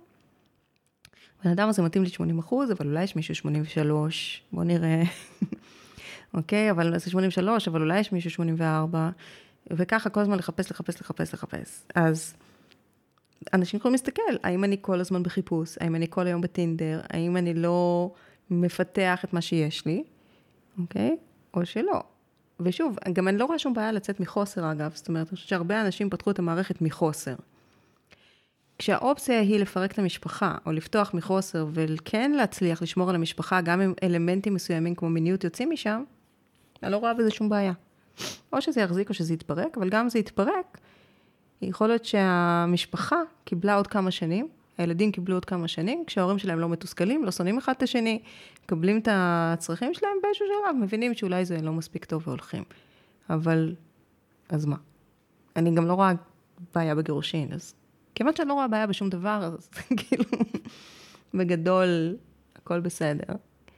בן אדם הזה מתאים לי 80%, אבל אולי יש מישהו 83, בוא נראה. אוקיי, אבל זה 83, אבל אולי יש מישהו 84, וככה כל הזמן לחפש. אז אנשים יכולים להסתכל, האם אני כל הזמן בחיפוש, האם אני כל היום בטינדר, האם אני לא מפתח את מה שיש לי, אוקיי? או שלא. ושוב, גם אני לא רואה שום בעיה לצאת מחוסר, אגב. זאת אומרת, אני חושבת שהרבה אנשים פתחו את המערכת מחוסר. כשהאופציה היא לפרק את המשפחה, או לפתוח מחוסר, וכן להצליח לשמור על המשפחה, גם עם אלמנטים מסוימים כמו מיניות יוצאים משם, אני לא רואה בזה שום בעיה. או שזה יחזיק או שזה יתפרק, אבל גם אם זה יתפרק, יכול להיות שהמשפחה קיבלה עוד כמה שנים, הילדים קיבלו עוד כמה שנים, כשההורים שלהם לא מתוסכלים, לא שונאים אחד את השני, מקבלים את הצרכים שלהם באיזשהו שלב, מבינים שאולי זה לא מספיק טוב והולכים. אבל, אז מה? אני גם לא רואה בעיה בגירושין, אז כמעט שאני לא רואה בעיה בשום דבר, אז כאילו, בגדול, הכל בסדר.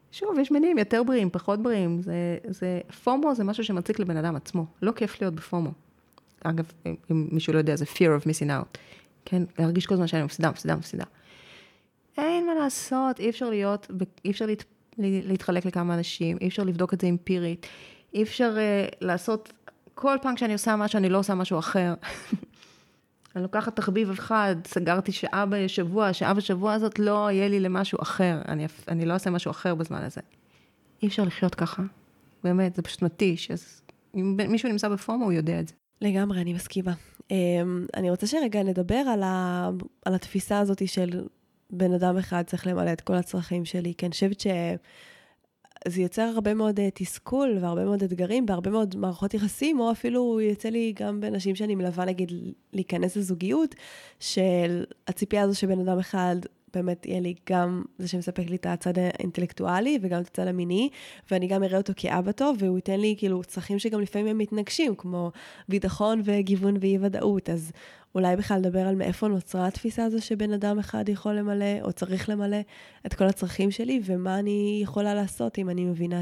שוב, יש מינים יותר בריאים, פחות בריאים. פומו זה משהו שמציק לבן אדם עצמו. לא כיף להיות בפומו. אגב, אם מישהו לא יודע, זה fear of missing out. כן, להרגיש כל הזמן שאני מפסידה. אין מה לעשות, אי אפשר להתחלק לכמה אנשים, אי אפשר לבדוק את זה אמפירית, אי אפשר לעשות, כל פעם כשאני עושה משהו, אני לא עושה משהו אחר. אני לוקחת תחביב אחד, סגרתי שעה בשבוע הזאת לא יהיה לי למשהו אחר, אני לא אעשה משהו אחר בזמן הזה. אי אפשר לחיות ככה, באמת, זה פשוט מתיש, אז אם מישהו נמצא בפומו, הוא יודע את זה. לגמרי, אני מסכימה. אני רוצה שרגע נדבר על התפיסה הזאת של בן אדם אחד צריך למלא את כל הצרכים שלי, כי אני חושבת שזה יוצר הרבה מאוד תסכול והרבה מאוד אתגרים, בהרבה מאוד מערכות יחסים, או אפילו יצא לי גם בנשים שאני מלווה, נגיד, להיכנס לזוגיות, של הציפייה הזו שבן אדם אחד באמת יהיה לי גם זה שמספק לי את הצד האינטלקטואלי וגם את הצד המיני, ואני גם אראה אותו כאבא טוב, והוא ייתן לי כאילו צרכים שגם לפעמים הם מתנגשים, כמו ביטחון וגיוון ואי ודאות. אז אולי בכלל לדבר על מאיפה נוצרה התפיסה הזו שבן אדם אחד יכול למלא, או צריך למלא את כל הצרכים שלי, ומה אני יכולה לעשות אם אני מבינה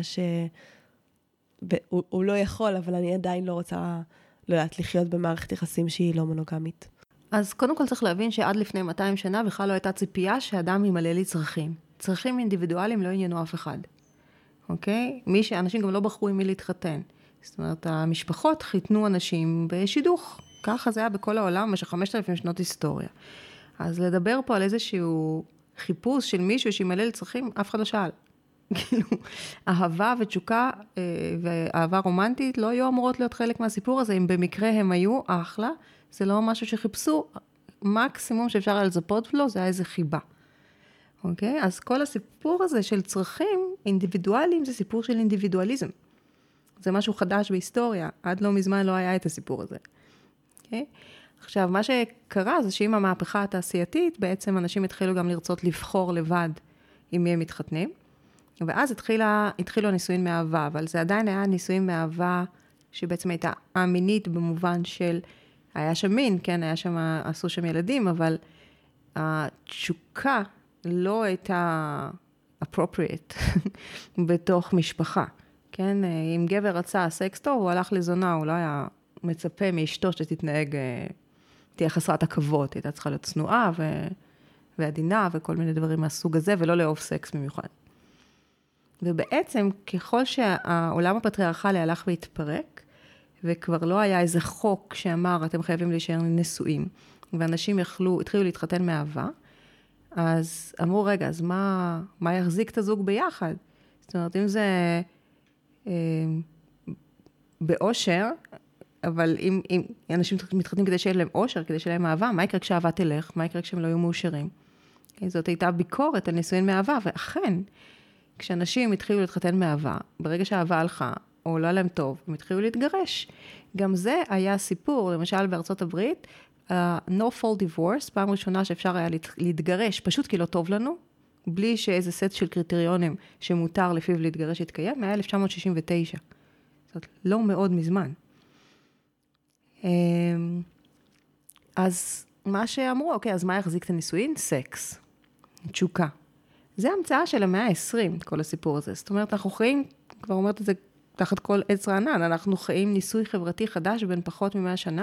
הוא לא יכול, אבל אני עדיין לא רוצה, לא יודעת, לחיות במערכת יחסים שהיא לא מונוגמית. אז קודם כל צריך להבין שעד לפני 200 שנה בכלל לא הייתה ציפייה שאדם ימלא לי צרכים. צרכים אינדיבידואליים לא עניינו אף אחד. אוקיי? אנשים גם לא בחרו עם מי להתחתן. זאת אומרת, המשפחות חיתנו אנשים בשידוך. ככה זה היה בכל העולם, במשך 5,000 שנות היסטוריה. אז לדבר פה על איזשהו חיפוש של מישהו שימלא לי צרכים, אף אחד לא שאל. כאילו, אהבה ותשוקה ואהבה רומנטית לא היו אמורות להיות חלק מהסיפור הזה. אם במקרה הם היו, אחלה. זה לא משהו שחיפשו, מקסימום שאפשר היה לזפות לו, זה היה איזה חיבה. אוקיי? אז כל הסיפור הזה של צרכים אינדיבידואליים, זה סיפור של אינדיבידואליזם. זה משהו חדש בהיסטוריה, עד לא מזמן לא היה את הסיפור הזה. אוקיי? עכשיו, מה שקרה זה שעם המהפכה התעשייתית, בעצם אנשים התחילו גם לרצות לבחור לבד עם מי הם מתחתנים, ואז התחילו הנישואים מאהבה, אבל זה עדיין היה נישואים מאהבה, שבעצם הייתה אמינית במובן של היה שם מין, כן, עשו שם ילדים, אבל התשוקה לא הייתה appropriate בתוך משפחה, כן? אם גבר רצה סקס טוב, הוא הלך לזונה, הוא לא היה מצפה מאשתו שתתנהג, תהיה חסרת עכבות, הייתה צריכה להיות צנועה ועדינה וכל מיני דברים מהסוג הזה, ולא לאהוב סקס במיוחד. ובעצם, ככל שהעולם הפטריארכלי הלך והתפרק, וכבר לא היה איזה חוק שאמר, אתם חייבים להישאר נשואים, ואנשים התחילו להתחתן מאהבה, אז אמרו, רגע, אז מה יחזיק את הזוג ביחד? זאת אומרת, אם זה באושר, אבל אם אנשים מתחתנים כדי שיהיה להם אושר, כדי שיהיה להם אהבה, מה יקרה כשאהבה תלך? מה יקרה כשהם לא יהיו מאושרים? זאת הייתה ביקורת על נישואין מאהבה, ואכן, כשאנשים התחילו להתחתן מאהבה, ברגע שהאהבה הלכה, או לא להם טוב, הם התחילו להתגרש. גם זה היה סיפור, למשל בארצות הברית, no fault divorce, פעם ראשונה שאפשר היה להתגרש, פשוט כי לא טוב לנו, בלי שאיזה סט של קריטריונים שמותר לפיו להתגרש יתקיים, היה 1969. זאת אומרת, לא מאוד מזמן. אז מה שאמרו, אוקיי, אז מה יחזיק את הנישואין? סקס, תשוקה. זה המצאה של המאה ה-20, כל הסיפור הזה. זאת אומרת, אנחנו חיים, כבר אומרת את זה תחת כל עץ רענן, אנחנו חיים ניסוי חברתי חדש בין פחות מ100 שנה,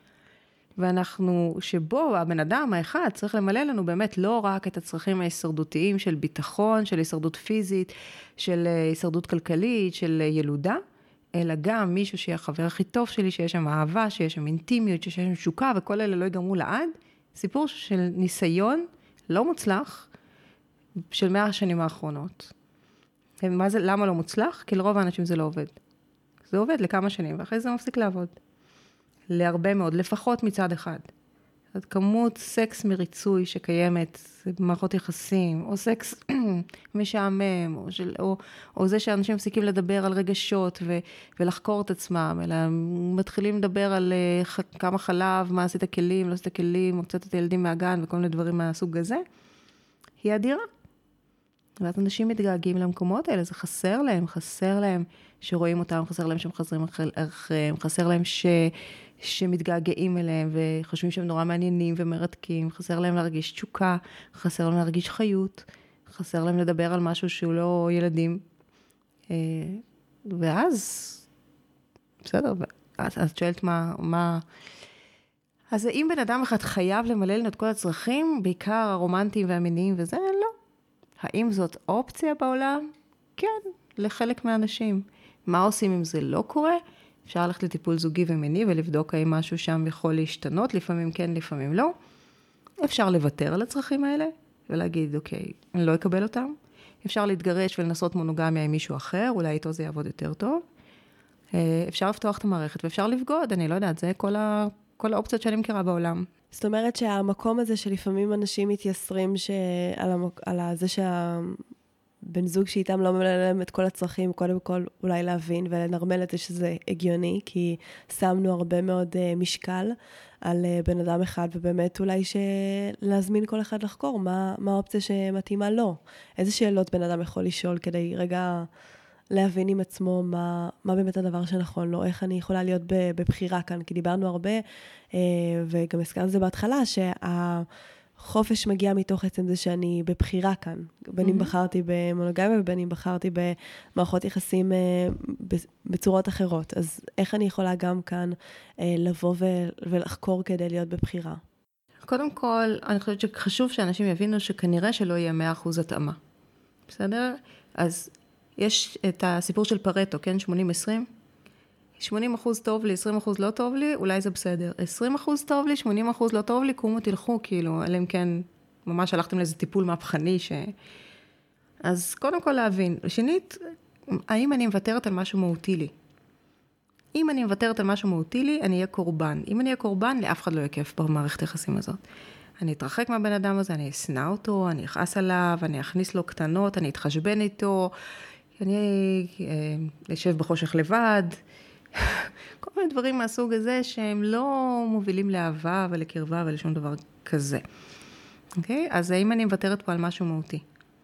שבו הבן אדם האחד צריך למלא לנו באמת לא רק את הצרכים ההישרדותיים של ביטחון, של הישרדות פיזית, של הישרדות כלכלית, של ילודה, אלא גם מישהו שיהיה החבר הכי טוב שלי, שיש שם אהבה, שיש שם אינטימיות, שיש שם שוקה, וכל אלה לא יגמרו לעד. סיפור של ניסיון לא מוצלח של 100 השנים האחרונות. למה לא מוצלח? כי לרוב האנשים זה לא עובד. זה עובד לכמה שנים, ואחרי זה מפסיק לעבוד. להרבה מאוד, לפחות מצד אחד. זאת כמות סקס מריצוי שקיימת במערכות יחסים, או סקס משעמם, או זה שאנשים מפסיקים לדבר על רגשות ולחקור את עצמם, אלא מתחילים לדבר על כמה חלב, מה עשית כלים, לא עשית כלים, הוצאת את הילדים מהגן וכל מיני דברים מהסוג הזה, היא אדירה. ואז אנשים מתגעגעים למקומות האלה, זה חסר להם שרואים אותם, חסר להם שהם חזרים אחריהם, חסר להם שמתגעגעים אליהם וחושבים שהם נורא מעניינים ומרתקים, חסר להם להרגיש תשוקה, חסר להם להרגיש חיות, חסר להם לדבר על משהו שהוא לא ילדים. ואז, בסדר, את שואלת מה... אז אם בן אדם אחד חייב למלא לנו את כל הצרכים, בעיקר הרומנטיים והמיניים וזה, לא. האם זאת אופציה בעולם? כן, לחלק מהאנשים. מה עושים אם זה לא קורה? אפשר ללכת לטיפול זוגי ומיני ולבדוק האם משהו שם יכול להשתנות, לפעמים כן, לפעמים לא. אפשר לוותר על הצרכים האלה ולהגיד, אוקיי, אני לא אקבל אותם. אפשר להתגרש ולנסות מונוגמיה עם מישהו אחר, אולי איתו זה יעבוד יותר טוב. אפשר לפתוח את המערכת ואפשר לבגוד, אני לא יודעת, זה כל האופציות שאני מכירה בעולם. זאת אומרת שהמקום הזה שלפעמים אנשים מתייסרים על זה שהבן זוג שאיתם לא ממלא להם את כל הצרכים, קודם כל אולי להבין ולנרמל את זה שזה הגיוני, כי שמנו הרבה מאוד משקל על בן אדם אחד, ובאמת אולי להזמין כל אחד לחקור מה האופציה שמתאימה לו. איזה שאלות בן אדם יכול לשאול כדי רגע להבין עם עצמו מה באמת הדבר שנכון לו, איך אני יכולה להיות בבחירה כאן, כי דיברנו הרבה, וגם הזכרתי את זה בהתחלה, שהחופש מגיע מתוך עצם זה שאני בבחירה כאן, בין אם בחרתי במונוגמיה, ובין אם בחרתי במערכות יחסים בצורות אחרות, אז איך אני יכולה גם כאן לבוא ולחקור כדי להיות בבחירה? קודם כל, אני חושבת שחשוב שאנשים יבינו שכנראה שלא יהיה 100% התאמה. בסדר? אז יש את הסיפור של פרטו, כן? 80-20. 80% טוב לי, 20% לא טוב לי, אולי זה בסדר. 20% טוב לי, 80% לא טוב לי, קומו תלכו, כאילו, אלא אם כן, ממש הלכתם לאיזה טיפול מהפכני אז קודם כל להבין. שנית, האם אני מוותרת על משהו מהותי לי? אם אני מוותרת על משהו מהותי לי, אני אהיה קורבן. אם אני אהיה קורבן, לאף אחד לא יהיה כיף במערכת היחסים הזאת. אני אתרחק מהבן אדם הזה, אני אסנע אותו, אני אכעס עליו, אני אכניס לו קטנות, אני אתחשבן איתו, אני אשב בחושך לבד, כל מיני דברים מהסוג הזה שהם לא מובילים לאהבה ולקרבה ולשום דבר כזה. אוקיי? אז האם אני מוותרת פה על משהו מהותי?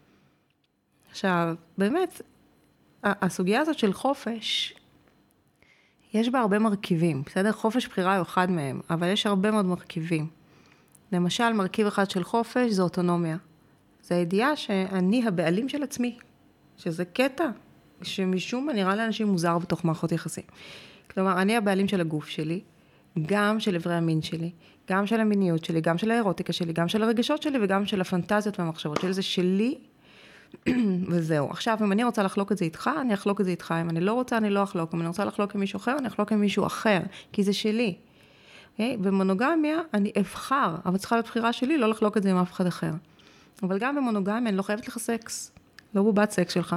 עכשיו, באמת, הסוגיה הזאת של חופש, יש בה הרבה מרכיבים, בסדר? חופש בחירה הוא אחד מהם, אבל יש הרבה מאוד מרכיבים. למשל, מרכיב אחד של חופש זה אוטונומיה. זה הידיעה שאני הבעלים של עצמי, שזה קטע שמשום מה נראה לאנשים מוזר בתוך מערכות יחסים. כלומר, אני הבעלים של הגוף שלי, גם של עברי המין שלי, גם של המיניות שלי, גם של האירוטיקה שלי, גם של הרגשות שלי וגם של הפנטזיות והמחשבות שלי. זה שלי וזהו. עכשיו, אם אני רוצה לחלוק את זה איתך, אני אחלוק את זה איתך. אם אני לא רוצה, אני לא אחלוק. אם אני רוצה לחלוק עם מישהו אחר, אני אחלוק עם מישהו אחר, כי זה שלי. במונוגמיה אני אבחר, אבל צריכה להיות בחירה שלי לא לחלוק את זה עם אף אחד אחר. אבל גם במונוגמיה אני לא חייבת לך סקס. לא בובת סקס שלך.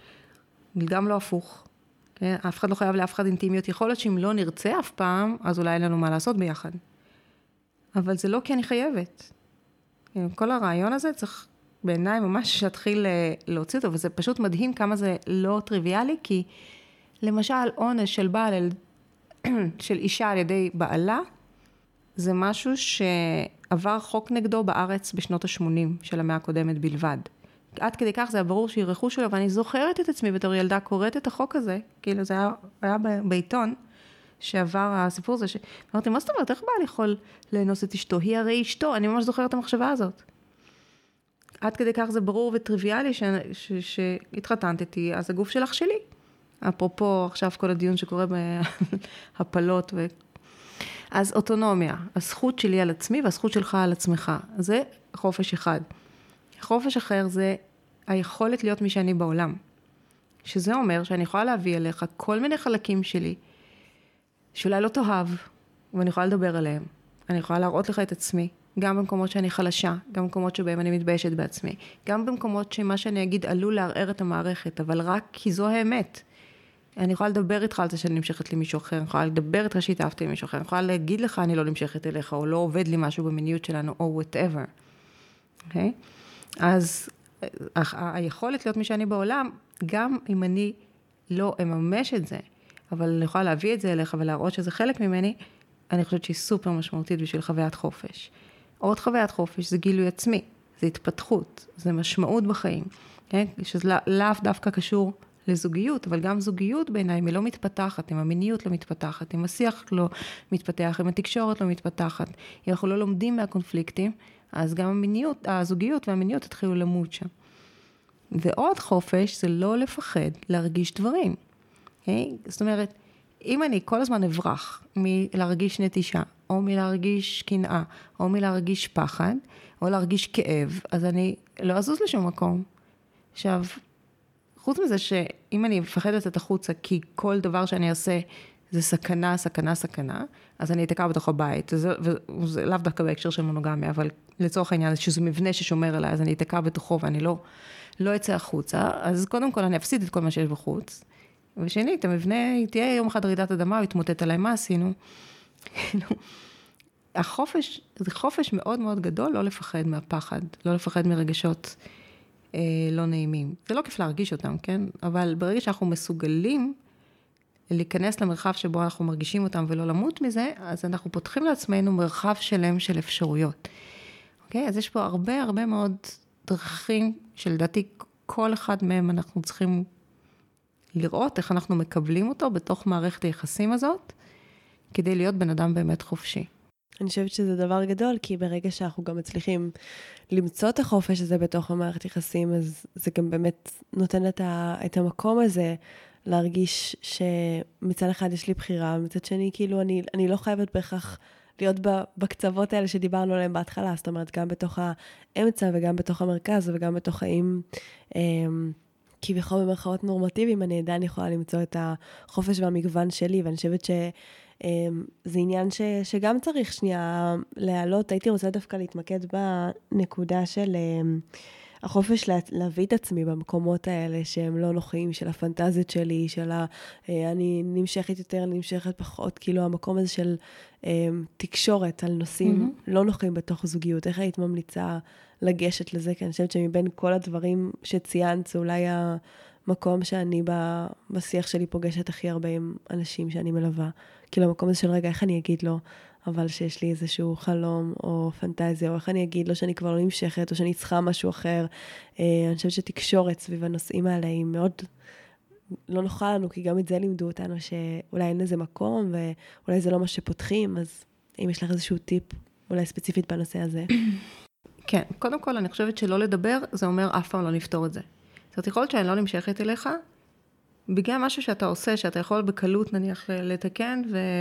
גם לא הפוך. אף אחד לא חייב לאף אחד אינטימיות. יכול להיות שאם לא נרצה אף פעם, אז אולי אין לנו מה לעשות ביחד. אבל זה לא כי אני חייבת. כל הרעיון הזה צריך בעיניי ממש להתחיל להוציא אותו, וזה פשוט מדהים כמה זה לא טריוויאלי, כי למשל עונש של בעל, של אישה על ידי בעלה, זה משהו שעבר חוק נגדו בארץ בשנות ה-80 של המאה הקודמת בלבד. עד כדי כך זה היה ברור שהיא רכוש שלו, ואני זוכרת את עצמי בתור ילדה קוראת את החוק הזה, כאילו זה היה בעיתון שעבר הסיפור הזה, אמרתי, מה זאת אומרת, איך בעל יכול לאנוס את אשתו? היא הרי אשתו, אני ממש זוכרת את המחשבה הזאת. עד כדי כך זה ברור וטריוויאלי שהתחתנתי, אז הגוף שלך שלי. אפרופו עכשיו כל הדיון שקורה בהפלות אז אוטונומיה, הזכות שלי על עצמי והזכות שלך על עצמך, זה חופש אחד. חופש אחר זה היכולת להיות מי שאני בעולם. שזה אומר שאני יכולה להביא אליך כל מיני חלקים שלי, שאולי לא תאהב, ואני יכולה לדבר עליהם. אני יכולה להראות לך את עצמי, גם במקומות שאני חלשה, גם במקומות שבהם אני מתביישת בעצמי, גם במקומות שמה שאני אגיד עלול לערער את המערכת, אבל רק כי זו האמת. אני יכולה לדבר איתך על זה שאני נמשכת למישהו אחר, אני יכולה לדבר איתך שהתאהבתי למישהו אחר, אני יכולה להגיד לך אני לא נמשכת אליך, או לא עובד לי משהו במיניות שלנו, או whatever. אוקיי? אז היכולת להיות מי שאני בעולם, גם אם אני לא אממש את זה, אבל אני יכולה להביא את זה אליך ולהראות שזה חלק ממני, אני חושבת שהיא סופר משמעותית בשביל חוויית חופש. עוד חוויית חופש זה גילוי עצמי, זה התפתחות, זה משמעות בחיים, כן? שזה לאו דווקא קשור לזוגיות, אבל גם זוגיות בעיניי היא לא מתפתחת, אם המיניות לא מתפתחת, אם השיח לא מתפתח, אם התקשורת לא מתפתחת, אם אנחנו לא לומדים מהקונפליקטים, אז גם הזוגיות והמיניות התחילו למות שם. ועוד חופש זה לא לפחד להרגיש דברים. Okay? זאת אומרת, אם אני כל הזמן אברח מלהרגיש נטישה, או מלהרגיש קנאה, או מלהרגיש פחד, או להרגיש כאב, אז אני לא אזוז לשום מקום. עכשיו, חוץ מזה שאם אני מפחדת את החוצה, כי כל דבר שאני אעשה זה סכנה, סכנה, סכנה, אז אני אתקע בתוך הבית, וזה לאו דווקא בהקשר של מונוגמיה, אבל לצורך העניין, שזה מבנה ששומר עליי, אז אני אתקע בתוכו ואני לא אצא החוצה, אז קודם כל אני אפסיד את כל מה שיש בחוץ, ושנית, המבנה, תהיה יום אחד רעידת אדמה, הוא יתמוטט עליי, מה עשינו? החופש, זה חופש מאוד מאוד גדול, לא לפחד מהפחד, לא לפחד מרגשות לא נעימים. זה לא כיף להרגיש אותם, כן? אבל ברגע שאנחנו מסוגלים להיכנס למרחב שבו אנחנו מרגישים אותם ולא למות מזה, אז אנחנו פותחים לעצמנו מרחב שלם של אפשרויות. אוקיי? אז יש פה הרבה הרבה מאוד דרכים שלדעתי כל אחד מהם אנחנו צריכים לראות איך אנחנו מקבלים אותו בתוך מערכת היחסים הזאת, כדי להיות בן אדם באמת חופשי. אני חושבת שזה דבר גדול, כי ברגע שאנחנו גם מצליחים למצוא את החופש הזה בתוך המערכת יחסים, אז זה גם באמת נותן את המקום הזה להרגיש שמצד אחד יש לי בחירה, מצד שני כאילו אני לא חייבת בהכרח להיות בקצוות האלה שדיברנו עליהם בהתחלה, זאת אומרת גם בתוך האמצע וגם בתוך המרכז וגם בתוך חיים כביכול במרכאות נורמטיביים, אני עדיין יכולה למצוא את החופש והמגוון שלי, ואני חושבת זה עניין שגם צריך שנייה להעלות. הייתי רוצה דווקא להתמקד בנקודה של החופש להביא את עצמי במקומות האלה שהם לא נוחים, של הפנטזיות שלי, של אני נמשכת יותר, אני נמשכת פחות, כאילו המקום הזה של תקשורת על נושאים לא נוחים בתוך זוגיות. איך היית ממליצה לגשת לזה? כי אני חושבת שמבין כל הדברים שציינת, זה אולי המקום שאני בשיח שלי פוגשת הכי הרבה עם אנשים שאני מלווה. כאילו המקום הזה של רגע, איך אני אגיד לו, אבל שיש לי איזשהו חלום או פנטזיה, או איך אני אגיד לו שאני כבר לא נמשכת, או שאני צריכה משהו אחר. אני חושבת שתקשורת סביב הנושאים האלה היא מאוד לא נוחה לנו, כי גם את זה לימדו אותנו, שאולי אין לזה מקום, ואולי זה לא מה שפותחים, אז אם יש לך איזשהו טיפ, אולי ספציפית בנושא הזה. כן, קודם כל אני חושבת שלא לדבר, זה אומר אף פעם לא נפתור את זה. זאת אומרת, יכול להיות שאני לא נמשכת אליך, בגלל משהו שאתה עושה, שאתה יכול בקלות נניח לתקן,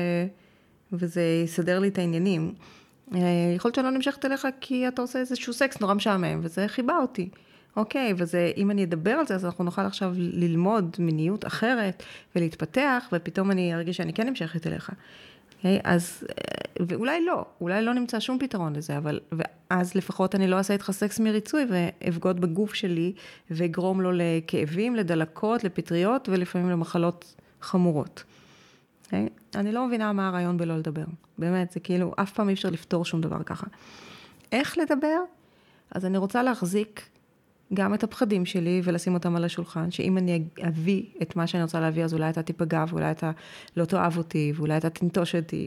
וזה יסדר לי את העניינים. יכול להיות שאני לא נמשכת אליך, כי אתה עושה איזשהו סקס נורא משעמם, וזה חיבה אותי. אוקיי, אם אני אדבר על זה, אז אנחנו נוכל עכשיו ללמוד מיניות אחרת, ולהתפתח, ופתאום אני ארגיש שאני כן נמשכת אליך. אוקיי, אז, אולי לא נמצא שום פתרון לזה, ואז לפחות אני לא אעשה איתך סקס מריצוי, ואבגוד בגוף שלי, ואגרום לו לכאבים, לדלקות, לפטריות, ולפעמים למחלות חמורות. אוקיי? אני לא מבינה מה הרעיון בלא לדבר. באמת, זה כאילו, אף פעם אי אפשר לפתור שום דבר ככה. איך לדבר? אז אני רוצה להחזיק גם את הפחדים שלי, ולשים אותם על השולחן, שאם אני אביא את מה שאני רוצה להביא, אז אולי אתה תיפגע, ואולי אתה לא תאהב אותי, ואולי אתה תנטוש אותי.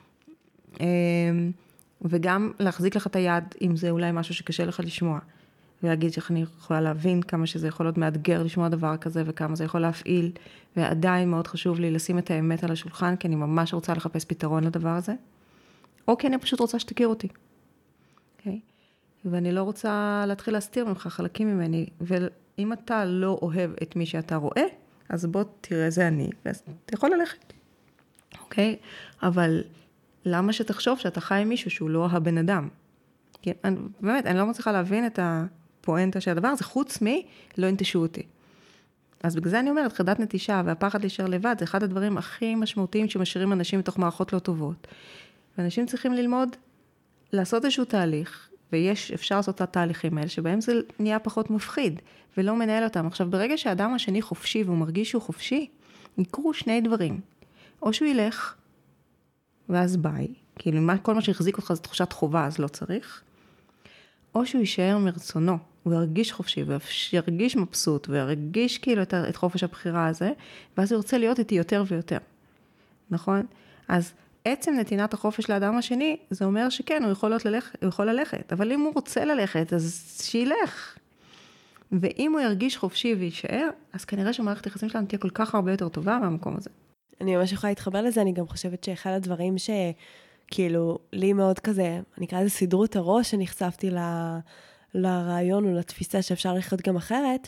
וגם להחזיק לך את היד, אם זה אולי משהו שקשה לך לשמוע, ולהגיד שאיך אני יכולה להבין כמה שזה יכול להיות מאתגר לשמוע דבר כזה, וכמה זה יכול להפעיל, ועדיין מאוד חשוב לי לשים את האמת על השולחן, כי אני ממש רוצה לחפש פתרון לדבר הזה, או כי אני פשוט רוצה שתכיר אותי. אוקיי? ואני לא רוצה להתחיל להסתיר ממך חלקים ממני, ואם אתה לא אוהב את מי שאתה רואה, אז בוא תראה זה אני, ואז אתה יכול ללכת. אוקיי? אבל למה שתחשוב שאתה חי עם מישהו שהוא לא הבן אדם? באמת, אני לא מצליחה להבין את הפואנטה של הדבר הזה, חוץ לא ינטשו אותי. אז בגלל זה אני אומרת, חרדת נטישה והפחד להישאר לבד, זה אחד הדברים הכי משמעותיים שמשאירים אנשים מתוך מערכות לא טובות. ואנשים צריכים ללמוד, לעשות איזשהו תהליך, אפשר לעשות את התהליכים האלה, שבהם זה נהיה פחות מפחיד, ולא מנהל אותם. עכשיו, ברגע שהאדם השני חופשי, והוא מרגיש שהוא חופשי, יקרו שני דברים. או שהוא ילך, ואז ביי, כאילו כל מה שהחזיק אותך זה תחושת חובה, אז לא צריך. או שהוא יישאר מרצונו, הוא ירגיש חופשי, וירגיש מבסוט, וירגיש כאילו את חופש הבחירה הזה, ואז הוא רוצה להיות איתי יותר ויותר. נכון? אז עצם נתינת החופש לאדם השני, זה אומר שכן, הוא יכול ללכת, אבל אם הוא רוצה ללכת, אז שילך. ואם הוא ירגיש חופשי ויישאר, אז כנראה שמערכת היחסים שלנו תהיה כל כך הרבה יותר טובה מהמקום הזה. אני ממש יכולה להתחבר לזה, אני גם חושבת שאחד הדברים שכאילו לי מאוד כזה, אני אקרא לזה סידרו את הראש שנחשפתי לרעיון או לתפיסה שאפשר לחיות גם אחרת,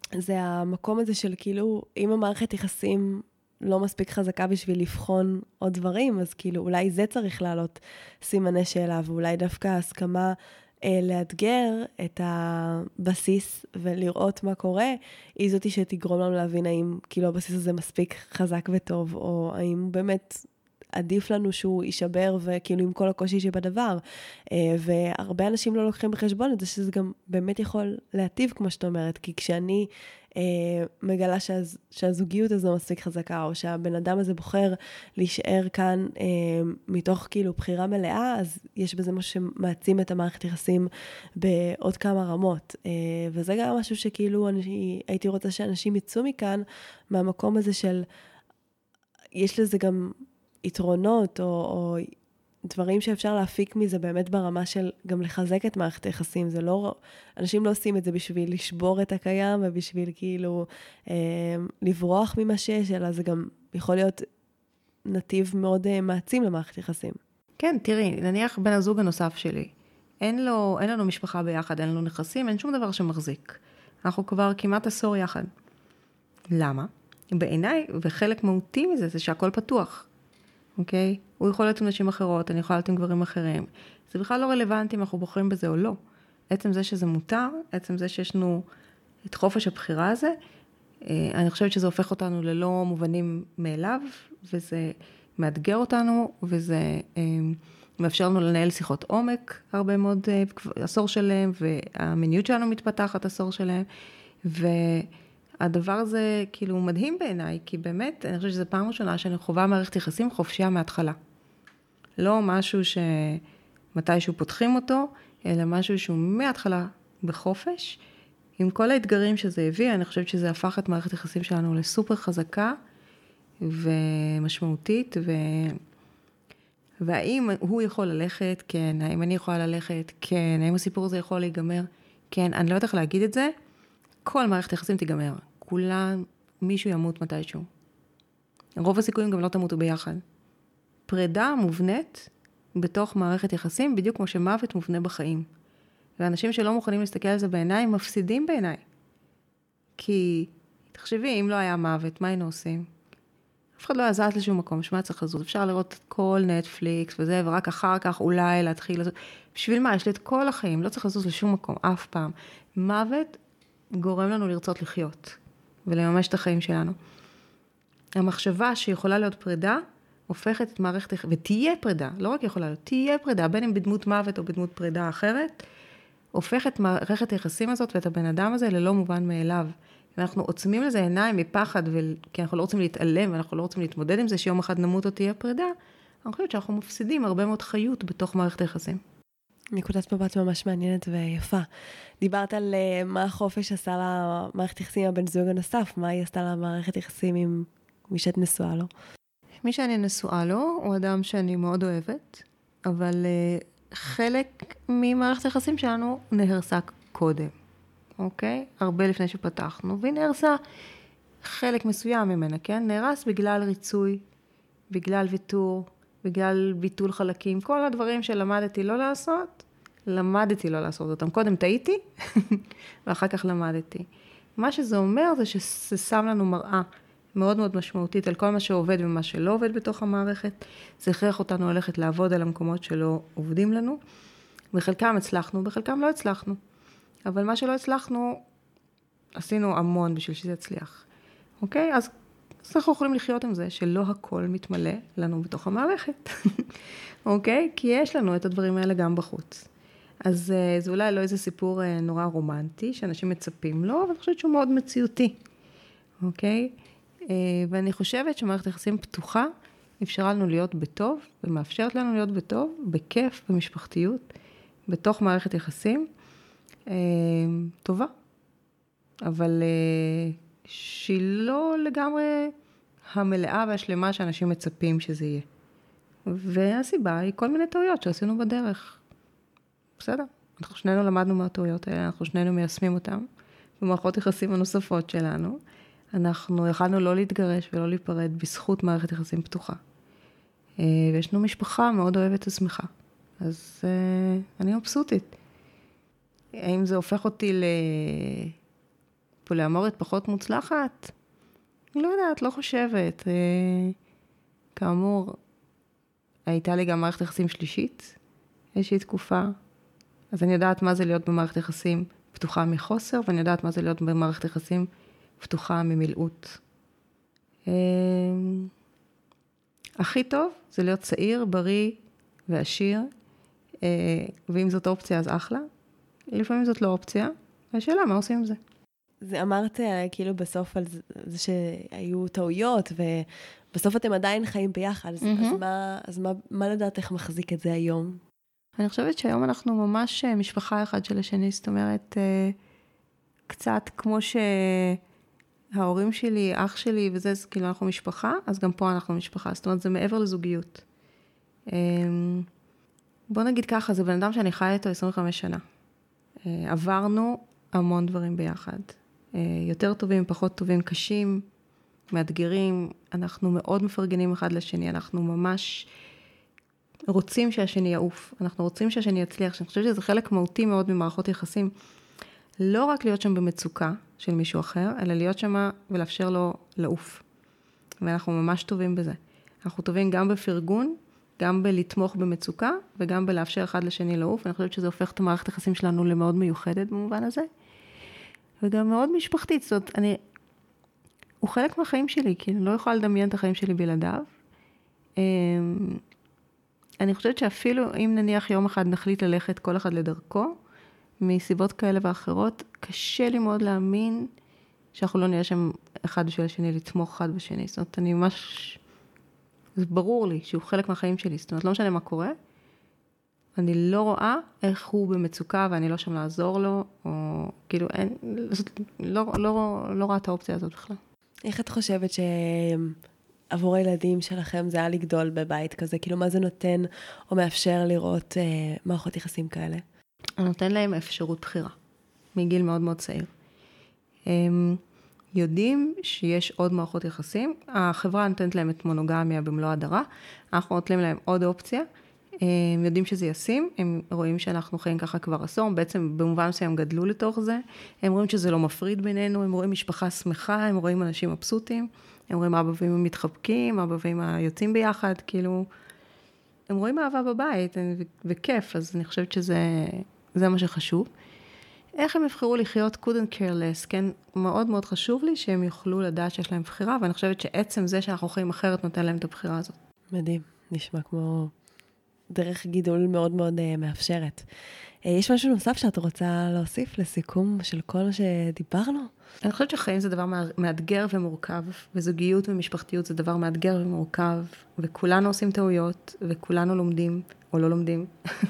זה המקום הזה של כאילו, אם המערכת יחסים לא מספיק חזקה בשביל לבחון עוד דברים, אז כאילו אולי זה צריך לעלות סימני שאלה, ואולי דווקא ההסכמה לאתגר את הבסיס ולראות מה קורה, היא זאתי שתגרום לנו להבין האם כאילו הבסיס הזה מספיק חזק וטוב, או האם באמת עדיף לנו שהוא יישבר וכאילו עם כל הקושי שבדבר. והרבה אנשים לא לוקחים בחשבון את זה שזה גם באמת יכול להטיב, כמו שאת אומרת, כי כשאני מגלה שהזוגיות הזו מספיק חזקה, או שהבן אדם הזה בוחר להישאר כאן מתוך כאילו בחירה מלאה, אז יש בזה משהו שמעצים את המערכת יחסים בעוד כמה רמות. וזה גם משהו שכאילו הייתי רוצה שאנשים יצאו מכאן, מהמקום הזה של, יש לזה גם יתרונות, או דברים שאפשר להפיק מזה באמת ברמה של גם לחזק את מערכת היחסים. זה לא, אנשים לא עושים את זה בשביל לשבור את הקיים, ובשביל כאילו לברוח ממה שיש, אלא זה גם יכול להיות נתיב מאוד מעצים למערכת יחסים. כן, תראי, נניח בן הזוג הנוסף שלי, אין לנו משפחה ביחד, אין לנו נכסים, אין שום דבר שמחזיק. אנחנו כבר כמעט עשור יחד. למה? בעיניי, וחלק מהותי מזה, זה שהכל פתוח. אוקיי? הוא יכול להיות עם נשים אחרות, אני יכולה להיות עם גברים אחרים. זה בכלל לא רלוונטי אם אנחנו בוחרים בזה או לא. עצם זה שזה מותר, עצם זה שיש לנו את חופש הבחירה הזה, אני חושבת שזה הופך אותנו ללא מובנים מאליו, וזה מאתגר אותנו, וזה מאפשר לנו לנהל שיחות עומק הרבה מאוד עשור שלהם, והמיניות שלנו מתפתחת עשור שלהם, הדבר הזה כאילו מדהים בעיניי, כי באמת, אני חושבת שזו פעם ראשונה שאני חובה מערכת יחסים חופשייה מההתחלה. לא משהו שמתישהו פותחים אותו, אלא משהו שהוא מההתחלה בחופש. עם כל האתגרים שזה הביא, אני חושבת שזה הפך את מערכת יחסים שלנו לסופר חזקה ומשמעותית, והאם הוא יכול ללכת? כן. האם אני יכולה ללכת? כן. האם הסיפור הזה יכול להיגמר? כן. אני לא יודעת איך להגיד את זה. כל מערכת יחסים תיגמר. כולם, מישהו ימות מתישהו. רוב הסיכויים גם לא תמותו ביחד. פרידה מובנית בתוך מערכת יחסים, בדיוק כמו שמוות מובנה בחיים. ואנשים שלא מוכנים להסתכל על זה בעיניים, מפסידים בעיניי. כי, תחשבי, אם לא היה מוות, מה היינו עושים? אף אחד לא היה זז לשום מקום, שמה צריך לזוז? אפשר לראות את כל נטפליקס וזה, ורק אחר כך אולי להתחיל לזוז. בשביל מה? יש לי את כל החיים, לא צריך לזוז לשום מקום, אף פעם. מוות גורם לנו לרצות לחיות, ולממש את החיים שלנו. המחשבה שיכולה להיות פרידה, הופכת את מערכת, ותהיה פרידה, לא רק יכולה להיות, תהיה פרידה, בין אם בדמות מוות או בדמות פרידה אחרת, הופכת את מערכת היחסים הזאת ואת הבן אדם הזה ללא מובן מאליו. ואנחנו עוצמים לזה עיניים מפחד, כי אנחנו לא רוצים להתעלם, ואנחנו לא רוצים להתמודד עם זה, שיום אחד נמות או תהיה פרידה, אני חושבת שאנחנו מפסידים הרבה מאוד חיות בתוך מערכת היחסים. נקודת מבט ממש מעניינת ויפה. דיברת על מה החופש עשה למערכת יחסים עם הבן זוג הנוסף, מה היא עשתה למערכת יחסים עם מי שאת נשואה לו? מי שאני נשואה לו הוא אדם שאני מאוד אוהבת, אבל חלק ממערכת היחסים שלנו נהרסה קודם, אוקיי? הרבה לפני שפתחנו, והיא נהרסה חלק מסוים ממנה, כן? נהרס בגלל ריצוי, בגלל ויתור, בגלל ביטול חלקים, כל הדברים שלמדתי לא לעשות, למדתי לא לעשות אותם. קודם טעיתי, ואחר כך למדתי. מה שזה אומר זה שזה שם לנו מראה מאוד מאוד משמעותית על כל מה שעובד ומה שלא עובד בתוך המערכת. זה הכרח אותנו ללכת לעבוד על המקומות שלא עובדים לנו. בחלקם הצלחנו, בחלקם לא הצלחנו. אבל מה שלא הצלחנו, עשינו המון בשביל שזה יצליח. אוקיי? אז אנחנו יכולים לחיות עם זה שלא הכל מתמלא לנו בתוך המערכת. אוקיי? כי יש לנו את הדברים האלה גם בחוץ. אז זה אולי לא איזה סיפור נורא רומנטי, שאנשים מצפים לו, אבל אני חושבת שהוא מאוד מציאותי. אוקיי? ואני חושבת שמערכת יחסים פתוחה, אפשרה לנו להיות בטוב, ומאפשרת לנו להיות בטוב, בכיף, במשפחתיות, בתוך מערכת יחסים, טובה. אבל שהיא לא לגמרי המלאה והשלמה שאנשים מצפים שזה יהיה. והסיבה היא כל מיני טעויות שעשינו בדרך. בסדר? אנחנו שנינו למדנו מהטעויות האלה, אנחנו שנינו מיישמים אותם, במערכות יחסים הנוספות שלנו. אנחנו יכולנו לא להתגרש ולא להיפרד בזכות מערכת יחסים פתוחה. ויש לנו משפחה מאוד אוהבת ושמחה. אז אני מבסוטית. האם זה הופך אותי פוליאמורית פחות מוצלחת? לא יודעת, לא חושבת. כאמור, הייתה לי גם מערכת יחסים שלישית, איזושהי תקופה. אז אני יודעת מה זה להיות במערכת יחסים פתוחה מחוסר, ואני יודעת מה זה להיות במערכת יחסים פתוחה ממילאות. הכי טוב זה להיות צעיר, בריא ועשיר, ואם זאת אופציה אז אחלה. לפעמים זאת לא אופציה, והשאלה מה עושים עם זה. זה אמרת כאילו בסוף על זה שהיו טעויות, ובסוף אתם עדיין חיים ביחד, אז מה לדעתך מחזיק את זה היום? אני חושבת שהיום אנחנו ממש משפחה אחד של השני, זאת אומרת, קצת כמו שההורים שלי, אח שלי וזה, כאילו אנחנו משפחה, אז גם פה אנחנו משפחה, זאת אומרת, זה מעבר לזוגיות. בוא נגיד ככה, זה בן אדם שאני חיה איתו 25 שנה. עברנו המון דברים ביחד. יותר טובים, פחות טובים, קשים, מאתגרים. אנחנו מאוד מפרגנים אחד לשני, אנחנו ממש רוצים שהשני יעוף. אנחנו רוצים שהשני יצליח. אני חושבת שזה חלק מהותי מאוד ממערכות יחסים. לא רק להיות שם במצוקה של מישהו אחר, אלא להיות שם ולאפשר לו לעוף. ואנחנו ממש טובים בזה. אנחנו טובים גם בפרגון, גם בלתמוך במצוקה, וגם בלאפשר אחד לשני לעוף. אני חושבת שזה הופך את המערכת היחסים שלנו למאוד מיוחדת במובן הזה. וגם מאוד משפחתית. זאת אומרת, הוא חלק מהחיים שלי, כי אני לא יכולה לדמיין את החיים שלי בלעדיו. אני חושבת שאפילו אם נניח יום אחד נחליט ללכת כל אחד לדרכו, מסיבות כאלה ואחרות, קשה לי מאוד להאמין שאנחנו לא נהיה שם אחד בשביל השני, לתמוך אחד בשני. זאת אומרת, אני ממש, זה ברור לי שהוא חלק מהחיים שלי. זאת אומרת, לא משנה מה קורה, אני לא רואה איך הוא במצוקה ואני לא שם לעזור לו, או כאילו אין, לא רואה את האופציה הזאת בכלל. איך את חושבת שעבור הילדים שלכם זה היה לגדול בבית כזה? כאילו מה זה נותן או מאפשר לראות מערכות יחסים כאלה? נותן להם אפשרות בחירה, מגיל מאוד מאוד צעיר. הם יודעים שיש עוד מערכות יחסים, החברה נותנת להם את מונוגמיה במלוא הדרה, אנחנו נותנים להם עוד אופציה, הם יודעים שזה ישים, הם רואים שאנחנו חיים ככה כבר עשור, בעצם במובן שהם גדלו לתוך זה, הם רואים שזה לא מפריד בינינו, הם רואים משפחה שמחה, הם רואים אנשים מבסוטים, הם רואים אבא ואמא מתחבקים, אבא ואמא יוצאים ביחד, כאילו, הם רואים אהבה בבית וכיף, אז אני חושבת שזה מה שחשוב. איך הם יבחרו לחיות couldn't care less, כן? מאוד מאוד חשוב לי שהם יוכלו לדעת שיש להם בחירה, ואני חושבת שעצם זה שאנחנו חיים אחרת נותן להם את הבחירה הזאת. מדהים, נשמע כמו דרך גידול מאוד מאוד מאפשרת. יש משהו נוסף שאת רוצה להוסיף לסיכום של כל מה שדיברנו? אני חושבת שחיים זה דבר מאתגר ומורכב, וזוגיות ומשפחתיות זה דבר מאתגר ומורכב, וכולנו עושים טעויות, וכולנו לומדים, או לא לומדים.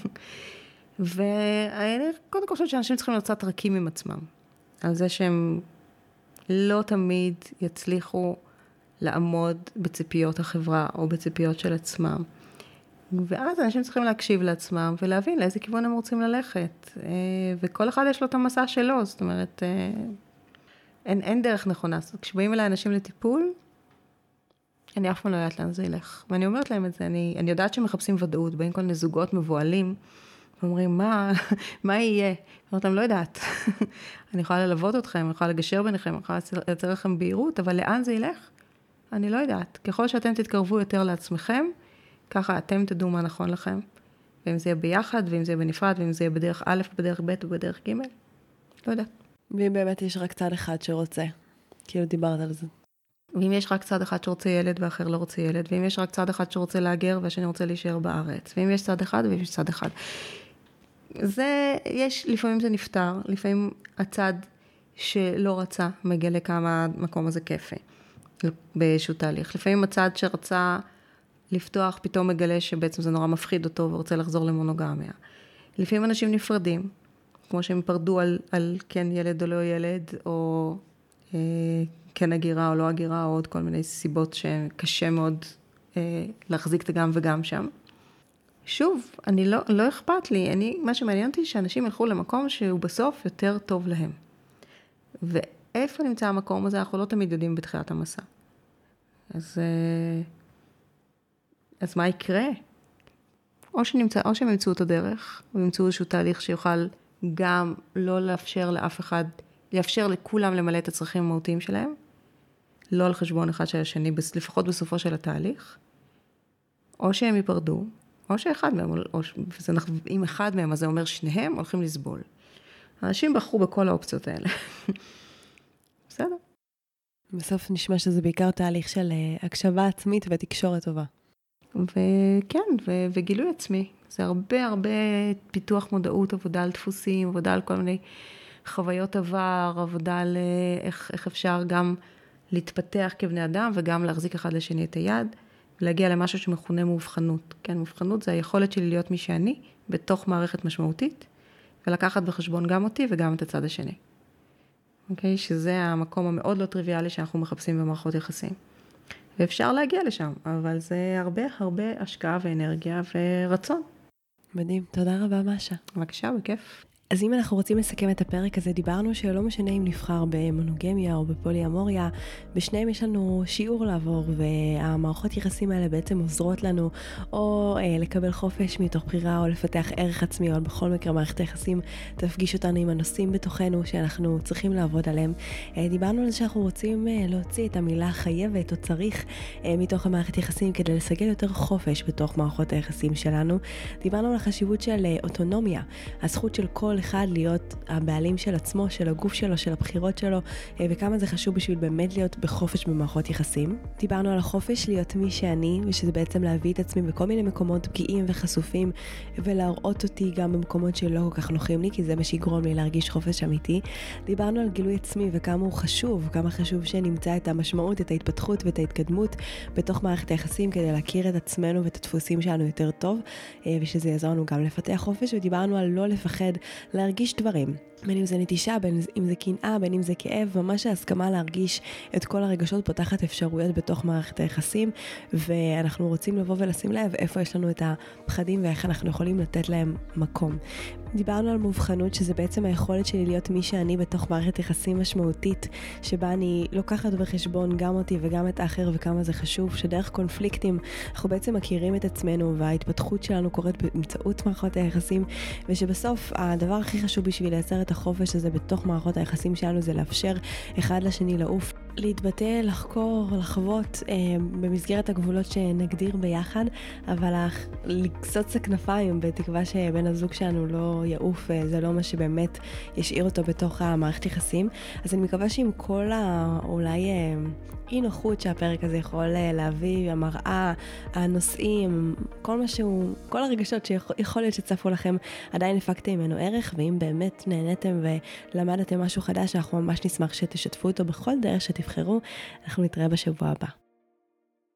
ואני קודם כל חושבת שאנשים צריכים להיות קצת רכים עם עצמם, על זה שהם לא תמיד יצליחו לעמוד בציפיות החברה, או בציפיות של עצמם. ואז אנשים צריכים להקשיב לעצמם, ולהבין לאיזה כיוון הם רוצים ללכת. וכל אחד יש לו את המסע שלו, זאת אומרת, אין דרך נכונה. כשבאים אליי אנשים לטיפול, אני אף פעם לא יודעת לאן זה ילך. ואני אומרת להם את זה, אני יודעת שמחפשים ודאות, באים כל מיני זוגות מבועלים, ואומרים, מה יהיה? אומרת להם, לא יודעת. אני יכולה ללוות אתכם, אני יכולה לגשר ביניכם, אני יכולה לייצר לכם בהירות, אבל לאן זה ילך? אני לא יודעת. ככל שאתם תתקרבו יותר לעצמכם, ככה אתם תדעו מה נכון לכם. ואם זה יהיה ביחד, ואם זה יהיה בנפרד, ואם זה יהיה בדרך א', בדרך ב' ובדרך ג', לא יודעת. ואם באמת יש רק צד אחד שרוצה, כאילו דיברת על זה. ואם יש רק צד אחד שרוצה ילד ואחר לא רוצה ילד, ואם יש רק צד אחד שרוצה להגר והשני רוצה להישאר בארץ, ואם יש צד אחד ויש צד אחד. לפעמים זה נפתר, לפעמים הצד שלא רצה מגלה כמה המקום הזה כיפה, באיזשהו תהליך. לפעמים הצד שרצה לפתוח פתאום מגלה שבעצם זה נורא מפחיד אותו ורוצה לחזור למונוגמיה. לפעמים אנשים נפרדים, כמו שהם פרדו על כן ילד או לא ילד, או כן הגירה או לא הגירה, או עוד כל מיני סיבות שקשה מאוד להחזיק את הגם וגם שם. שוב, לא אכפת לי, מה שמעניין אותי שאנשים ילכו למקום שהוא בסוף יותר טוב להם. ואיפה נמצא המקום הזה, אנחנו לא תמיד יודעים בתחילת המסע. אז מה יקרה? או שהם ימצאו את הדרך, או ימצאו איזשהו תהליך שיוכל גם לא לאפשר לאף אחד יאפשר לכולם למלא את הצרכים המהותיים שלהם, לא על חשבון אחד של השני, לפחות בסופו של התהליך, או שהם ייפרדו, או שאחד מהם, אם אחד מהם, אז זה אומר שניהם הולכים לסבול. אנשים בחרו בכל האופציות האלה. בסדר. בסוף נשמע שזה בעיקר תהליך של הקשבה עצמית ותקשורת טובה. וכן, וגילוי עצמי. זה הרבה פיתוח מודעות, עבודה על דפוסים, עבודה על כל מיני חוויות עבר, עבודה על איך אפשר גם להתפתח כבני אדם, וגם להחזיק אחד לשני את היד, ולהגיע למשהו שמכונה מאובחנות. כן, מאובחנות זה היכולת שלי להיות מי שאני, בתוך מערכת משמעותית, ולקחת בחשבון גם אותי וגם את הצד השני. אוקיי? שזה המקום המאוד לא טריוויאלי שאנחנו מחפשים במערכות יחסים. ואפשר להגיע לשם, אבל זה הרבה השקעה ואנרגיה ורצון. מדהים, תודה רבה משה. בבקשה, בכיף. אז אם אנחנו רוצים לסכם את הפרק הזה, דיברנו שלא משנה אם נבחר במונוגמיה או בפוליאמוריה, בשניהם יש לנו שיעור לעבור, והמערכות יחסים האלה בעצם עוזרות לנו, או לקבל חופש מתוך בחירה, או לפתח ערך עצמי, או בכל מקרה מערכת היחסים תפגיש אותנו עם הנושאים בתוכנו שאנחנו צריכים לעבוד עליהם. דיברנו על זה שאנחנו רוצים להוציא את המילה חייבת או צריך מתוך המערכת יחסים, כדי לסגל יותר חופש בתוך מערכות היחסים שלנו. דיברנו על החשיבות של אוטונומיה, הזכות של כל אחד להיות הבעלים של עצמו, של הגוף שלו, של הבחירות שלו, וכמה זה חשוב בשביל באמת להיות בחופש במערכות יחסים. דיברנו על החופש להיות מי שאני, ושזה בעצם להביא את עצמי בכל מיני מקומות פגיעים וחשופים, ולהראות אותי גם במקומות שלא כל כך נוחים לי, כי זה מה שיגרום לי להרגיש חופש אמיתי. דיברנו על גילוי עצמי וכמה הוא חשוב, כמה חשוב שנמצא את המשמעות, את ההתפתחות ואת ההתקדמות בתוך מערכת היחסים, כדי להכיר את עצמנו ואת הדפוסים שלנו יותר טוב, ושזה יעזור לנו גם לפתח חופש. ודיברנו על לא לפחד להרגיש דברים, בין אם זה נטישה, בין אם זה קנאה, בין אם זה כאב, ממש ההסכמה להרגיש את כל הרגשות פותחת אפשרויות בתוך מערכת היחסים, ואנחנו רוצים לבוא ולשים לב איפה יש לנו את הפחדים ואיך אנחנו יכולים לתת להם מקום. דיברנו על מובחנות, שזה בעצם היכולת שלי להיות מי שאני בתוך מערכת יחסים משמעותית, שבה אני לוקחת בחשבון גם אותי וגם את האחר, וכמה זה חשוב, שדרך קונפליקטים אנחנו בעצם מכירים את עצמנו, וההתפתחות שלנו קורית באמצעות מערכות היחסים, ושבסוף הדבר הכי חשוב בשביל לייצר את החופש הזה בתוך מערכות היחסים שלנו, זה לאפשר אחד לשני לעוף, להתבטא, לחקור, לחוות במסגרת הגבולות שנגדיר ביחד, אבל לקצוץ הכנפיים בתקווה שבן הזוג שלנו לא יעוף, זה לא מה שבאמת ישאיר אותו בתוך המערכת יחסים. אז אני מקווה שעם כל אולי אי נוחות שהפרק הזה יכול להביא, המראה, הנושאים, כל הרגשות שיכול להיות שצפו לכם, עדיין הפקתם ממנו ערך, ואם באמת נהניתם ולמדתם משהו חדש, אנחנו ממש נשמח שתשתפו אותו בכל דרך שתבחרו. אנחנו נתראה בשבוע הבא.